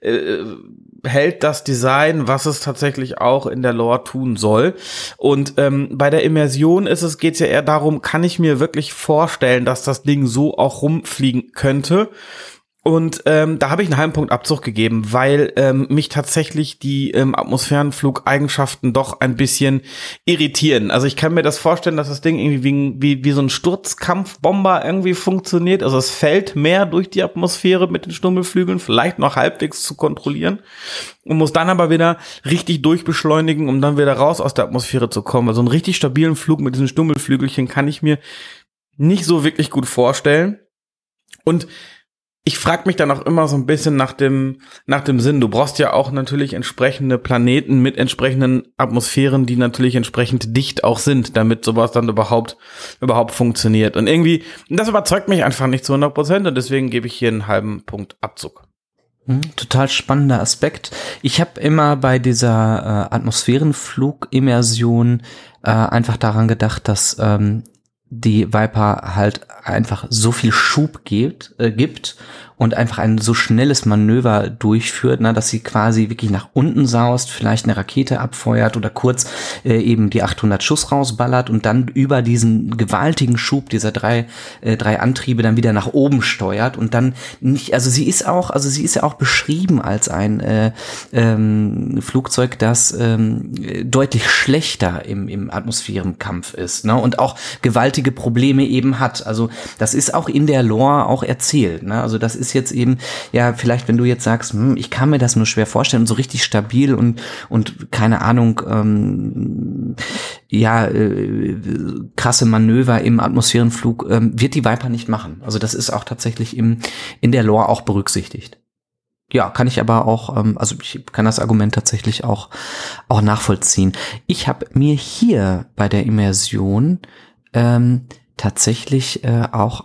hält das Design, was es tatsächlich auch in der Lore tun soll. Und bei der Immersion geht's ja eher darum, kann ich mir wirklich vorstellen, dass das Ding so auch rumfliegen könnte. Und da habe ich einen halben Punkt Abzug gegeben, weil mich tatsächlich die Atmosphärenflugeigenschaften doch ein bisschen irritieren. Also ich kann mir das vorstellen, dass das Ding irgendwie wie so ein Sturzkampfbomber irgendwie funktioniert. Also es fällt mehr durch die Atmosphäre mit den Stummelflügeln, vielleicht noch halbwegs zu kontrollieren und muss dann aber wieder richtig durchbeschleunigen, um dann wieder raus aus der Atmosphäre zu kommen. Also einen richtig stabilen Flug mit diesen Stummelflügelchen kann ich mir nicht so wirklich gut vorstellen. Und ich frage mich dann auch immer so ein bisschen nach dem Sinn. Du brauchst ja auch natürlich entsprechende Planeten mit entsprechenden Atmosphären, die natürlich entsprechend dicht auch sind, damit sowas dann überhaupt funktioniert. Und irgendwie, das überzeugt mich einfach nicht zu 100% und deswegen gebe ich hier einen halben Punkt Abzug. Total spannender Aspekt. Ich habe immer bei dieser Atmosphärenflug-Immersion einfach daran gedacht, dass die Viper halt einfach so viel Schub gibt und einfach ein so schnelles Manöver durchführt, dass sie quasi wirklich nach unten saust, vielleicht eine Rakete abfeuert oder kurz eben die 800 Schuss rausballert und dann über diesen gewaltigen Schub dieser drei Antriebe dann wieder nach oben steuert und dann nicht, also sie ist ja auch beschrieben als ein Flugzeug, das deutlich schlechter im Atmosphärenkampf ist, ne, und auch gewaltige Probleme eben hat. Also das ist auch in der Lore auch erzählt, ne? Also das ist jetzt eben, ja, vielleicht wenn du jetzt sagst, ich kann mir das nur schwer vorstellen, so richtig stabil und keine Ahnung, krasse Manöver im Atmosphärenflug wird die Viper nicht machen. Also das ist auch tatsächlich in der Lore auch berücksichtigt. Ja, kann ich aber auch, also ich kann das Argument tatsächlich auch nachvollziehen. Ich habe mir hier bei der Immersion tatsächlich auch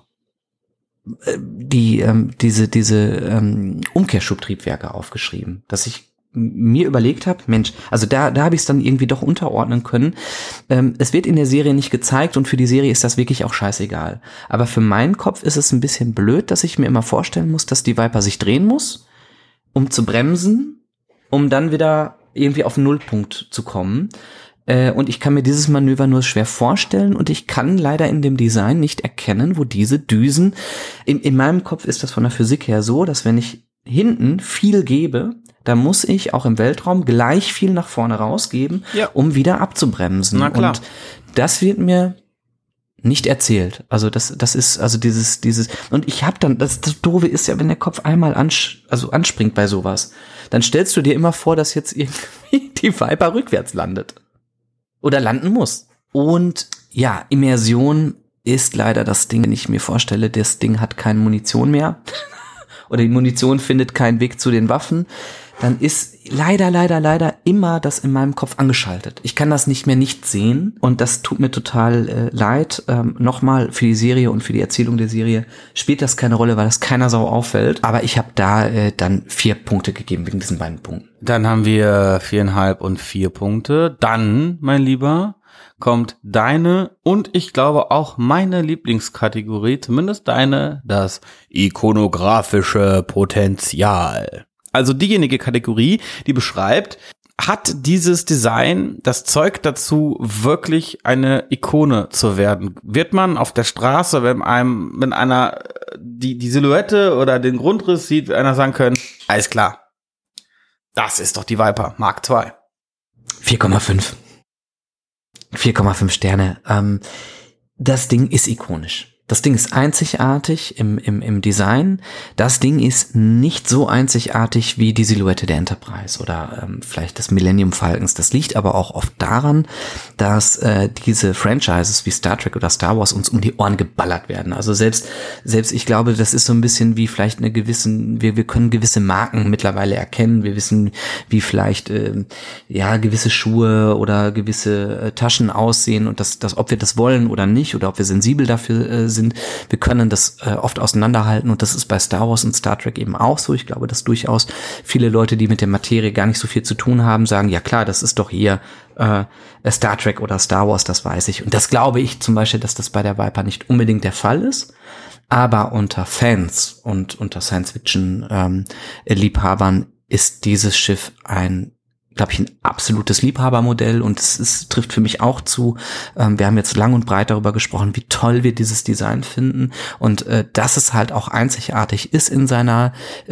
diese Umkehrschubtriebwerke aufgeschrieben, dass ich mir überlegt habe, Mensch, also da habe ich es dann irgendwie doch unterordnen können. Es wird in der Serie nicht gezeigt und für die Serie ist das wirklich auch scheißegal. Aber für meinen Kopf ist es ein bisschen blöd, dass ich mir immer vorstellen muss, dass die Viper sich drehen muss, um zu bremsen, um dann wieder irgendwie auf den Nullpunkt zu kommen. Und ich kann mir dieses Manöver nur schwer vorstellen und ich kann leider in dem Design nicht erkennen, wo diese Düsen, in meinem Kopf ist das von der Physik her so, dass wenn ich hinten viel gebe, dann muss ich auch im Weltraum gleich viel nach vorne rausgeben, um wieder abzubremsen. Na klar. Und das wird mir nicht erzählt. Also das ist, also dieses, und ich habe dann, das Doofe ist ja, wenn der Kopf einmal anspringt bei sowas, dann stellst du dir immer vor, dass jetzt irgendwie die Viper rückwärts landet. Oder landen muss. Und ja, Immersion ist leider das Ding, wenn ich mir vorstelle, das Ding hat keine Munition mehr oder die Munition findet keinen Weg zu den Waffen, dann ist leider immer das in meinem Kopf angeschaltet. Ich kann das nicht mehr nicht sehen und das tut mir total leid. Nochmal, für die Serie und für die Erzählung der Serie spielt das keine Rolle, weil das keiner Sau auffällt. Aber ich habe da dann 4 Punkte gegeben wegen diesen beiden Punkten. Dann haben wir 4,5 und 4 Punkte. Dann, mein Lieber, kommt deine und ich glaube auch meine Lieblingskategorie, zumindest deine, das ikonografische Potenzial. Also diejenige Kategorie, die beschreibt, hat dieses Design das Zeug dazu, wirklich eine Ikone zu werden? Wird man auf der Straße, wenn einer die Silhouette oder den Grundriss sieht, wird einer sagen können, alles klar, das ist doch die Viper Mark II. 4,5. 4,5 Sterne. Das Ding ist ikonisch. Das Ding ist einzigartig im Design. Das Ding ist nicht so einzigartig wie die Silhouette der Enterprise oder vielleicht des Millennium Falcons. Das liegt aber auch oft daran, dass diese Franchises wie Star Trek oder Star Wars uns um die Ohren geballert werden. Also selbst ich glaube, das ist so ein bisschen wie vielleicht wir können gewisse Marken mittlerweile erkennen. Wir wissen, wie vielleicht gewisse Schuhe oder gewisse Taschen aussehen und das, ob wir das wollen oder nicht oder ob wir sensibel dafür sind. Wir können das oft auseinanderhalten und das ist bei Star Wars und Star Trek eben auch so. Ich glaube, dass durchaus viele Leute, die mit der Materie gar nicht so viel zu tun haben, sagen, ja klar, das ist doch hier Star Trek oder Star Wars, das weiß ich. Und das glaube ich zum Beispiel, dass das bei der Viper nicht unbedingt der Fall ist. Aber unter Fans und unter Science-Fiction-Liebhabern ist dieses Schiff ein absolutes Liebhabermodell und es trifft für mich auch zu. Wir haben jetzt lang und breit darüber gesprochen, wie toll wir dieses Design finden und dass es halt auch einzigartig ist in seinem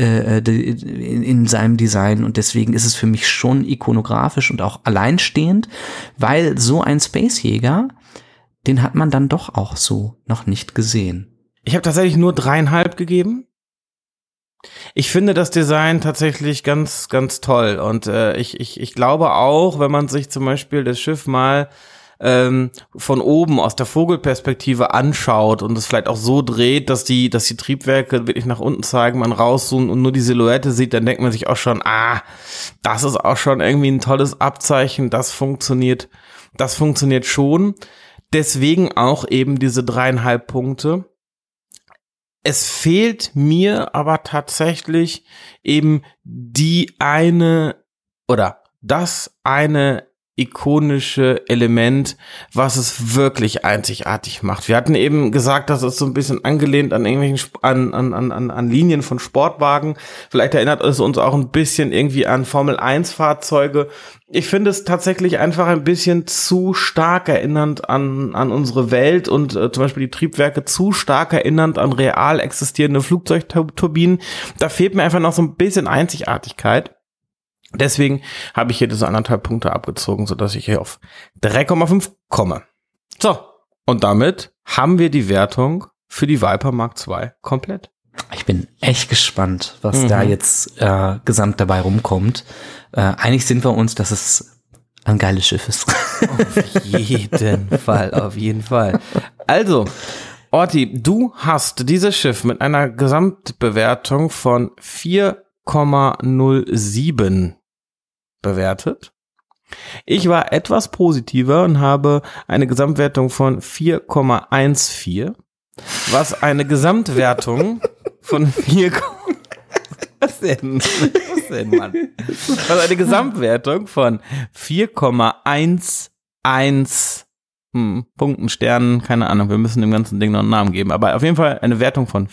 Design und deswegen ist es für mich schon ikonografisch und auch alleinstehend, weil so ein Spacejäger, den hat man dann doch auch so noch nicht gesehen. Ich habe tatsächlich nur 3,5 gegeben. Ich finde das Design tatsächlich ganz, ganz toll und ich glaube auch, wenn man sich zum Beispiel das Schiff mal von oben aus der Vogelperspektive anschaut und es vielleicht auch so dreht, dass die Triebwerke wirklich nach unten zeigen, man rauszoomt und nur die Silhouette sieht, dann denkt man sich auch schon, das ist auch schon irgendwie ein tolles Abzeichen, das funktioniert schon. Deswegen auch eben diese 3,5 Punkte. Es fehlt mir aber tatsächlich eben das eine ikonische Element, was es wirklich einzigartig macht. Wir hatten eben gesagt, dass es so ein bisschen angelehnt an irgendwelchen an Linien von Sportwagen. Vielleicht erinnert es uns auch ein bisschen irgendwie an Formel-1-Fahrzeuge. Ich finde es tatsächlich einfach ein bisschen zu stark erinnernd an unsere Welt und zum Beispiel die Triebwerke zu stark erinnernd an real existierende Flugzeugturbinen. Da fehlt mir einfach noch so ein bisschen Einzigartigkeit. Deswegen habe ich hier diese 1,5 Punkte abgezogen, sodass ich hier auf 3,5 komme. So, und damit haben wir die Wertung für die Viper Mark II komplett. Ich bin echt gespannt, was da jetzt gesamt dabei rumkommt. Einig sind wir uns, dass es ein geiles Schiff ist. Auf jeden Fall. Also, Orti, du hast dieses Schiff mit einer Gesamtbewertung von 4,07 bewertet. Ich war etwas positiver und habe eine Gesamtwertung von 4,14, was eine Gesamtwertung von 4, was denn, Mann? Was eine Gesamtwertung von 4,11 Punkten, Sternen, keine Ahnung, wir müssen dem ganzen Ding noch einen Namen geben, aber auf jeden Fall eine Wertung von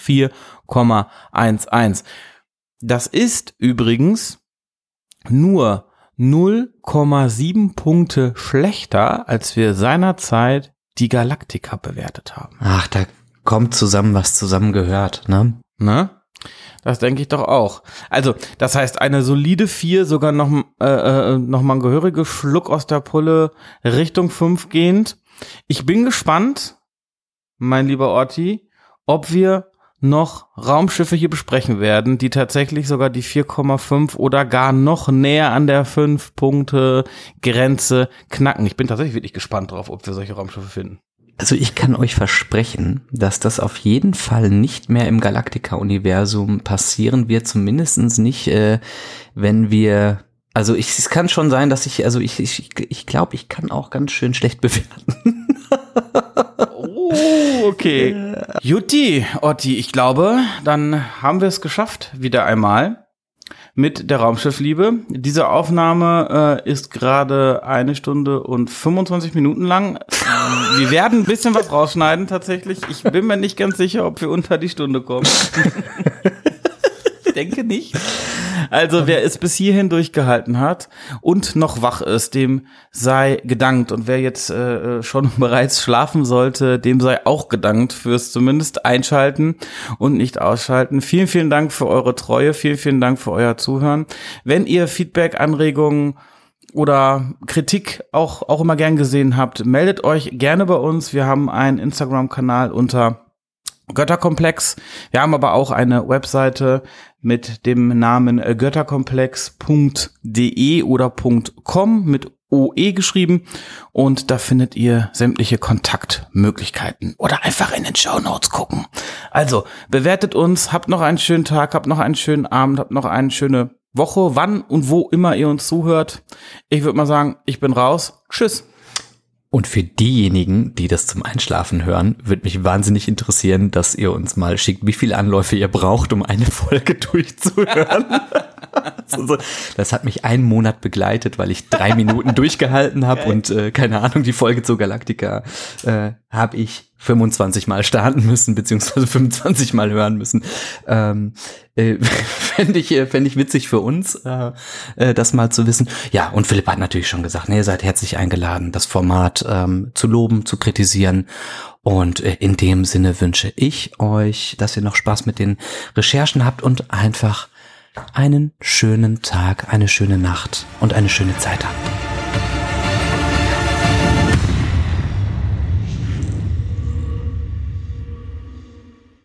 4,11. Das ist übrigens nur 0,7 Punkte schlechter, als wir seinerzeit die Galactica bewertet haben. Ach, da kommt zusammen, was zusammengehört, ne? Ne? Das denke ich doch auch. Also, das heißt, eine solide 4, sogar noch mal ein gehöriger Schluck aus der Pulle Richtung 5 gehend. Ich bin gespannt, mein lieber Orti, ob wir noch Raumschiffe hier besprechen werden, die tatsächlich sogar die 4,5 oder gar noch näher an der 5-Punkte-Grenze knacken. Ich bin tatsächlich wirklich gespannt drauf, ob wir solche Raumschiffe finden. Also ich kann euch versprechen, dass das auf jeden Fall nicht mehr im Galactica-Universum passieren wird, zumindest nicht, wenn wir, also es kann schon sein, dass ich glaube, ich kann auch ganz schön schlecht bewerten. Oh, okay. Jutti, Otti, ich glaube, dann haben wir es geschafft, wieder einmal mit der Raumschiffliebe. Diese Aufnahme ist gerade 1 Stunde und 25 Minuten lang. Wir werden ein bisschen was rausschneiden tatsächlich. Ich bin mir nicht ganz sicher, ob wir unter die Stunde kommen. Ich denke nicht. Also wer es bis hierhin durchgehalten hat und noch wach ist, dem sei gedankt. Und wer jetzt schon bereits schlafen sollte, dem sei auch gedankt fürs zumindest Einschalten und nicht ausschalten. Vielen, vielen Dank für eure Treue. Vielen, vielen Dank für euer Zuhören. Wenn ihr Feedback, Anregungen oder Kritik auch immer gern gesehen habt, meldet euch gerne bei uns. Wir haben einen Instagram-Kanal unter Götterkomplex. Wir haben aber auch eine Webseite mit dem Namen götterkomplex.de oder .com mit OE geschrieben und da findet ihr sämtliche Kontaktmöglichkeiten oder einfach in den Shownotes gucken. Also bewertet uns, habt noch einen schönen Tag, habt noch einen schönen Abend, habt noch eine schöne Woche, wann und wo immer ihr uns zuhört. Ich würde mal sagen, ich bin raus. Tschüss. Und für diejenigen, die das zum Einschlafen hören, würde mich wahnsinnig interessieren, dass ihr uns mal schickt, wie viele Anläufe ihr braucht, um eine Folge durchzuhören. Das hat mich 1 Monat begleitet, weil ich 3 Minuten durchgehalten habe und keine Ahnung, die Folge zur Galactica habe ich 25 Mal starten müssen, beziehungsweise 25 Mal hören müssen. Fände ich witzig für uns, das mal zu wissen. Ja, und Philipp hat natürlich schon gesagt, ihr seid herzlich eingeladen, das Format zu loben, zu kritisieren. Und in dem Sinne wünsche ich euch, dass ihr noch Spaß mit den Recherchen habt und einfach einen schönen Tag, eine schöne Nacht und eine schöne Zeit habt.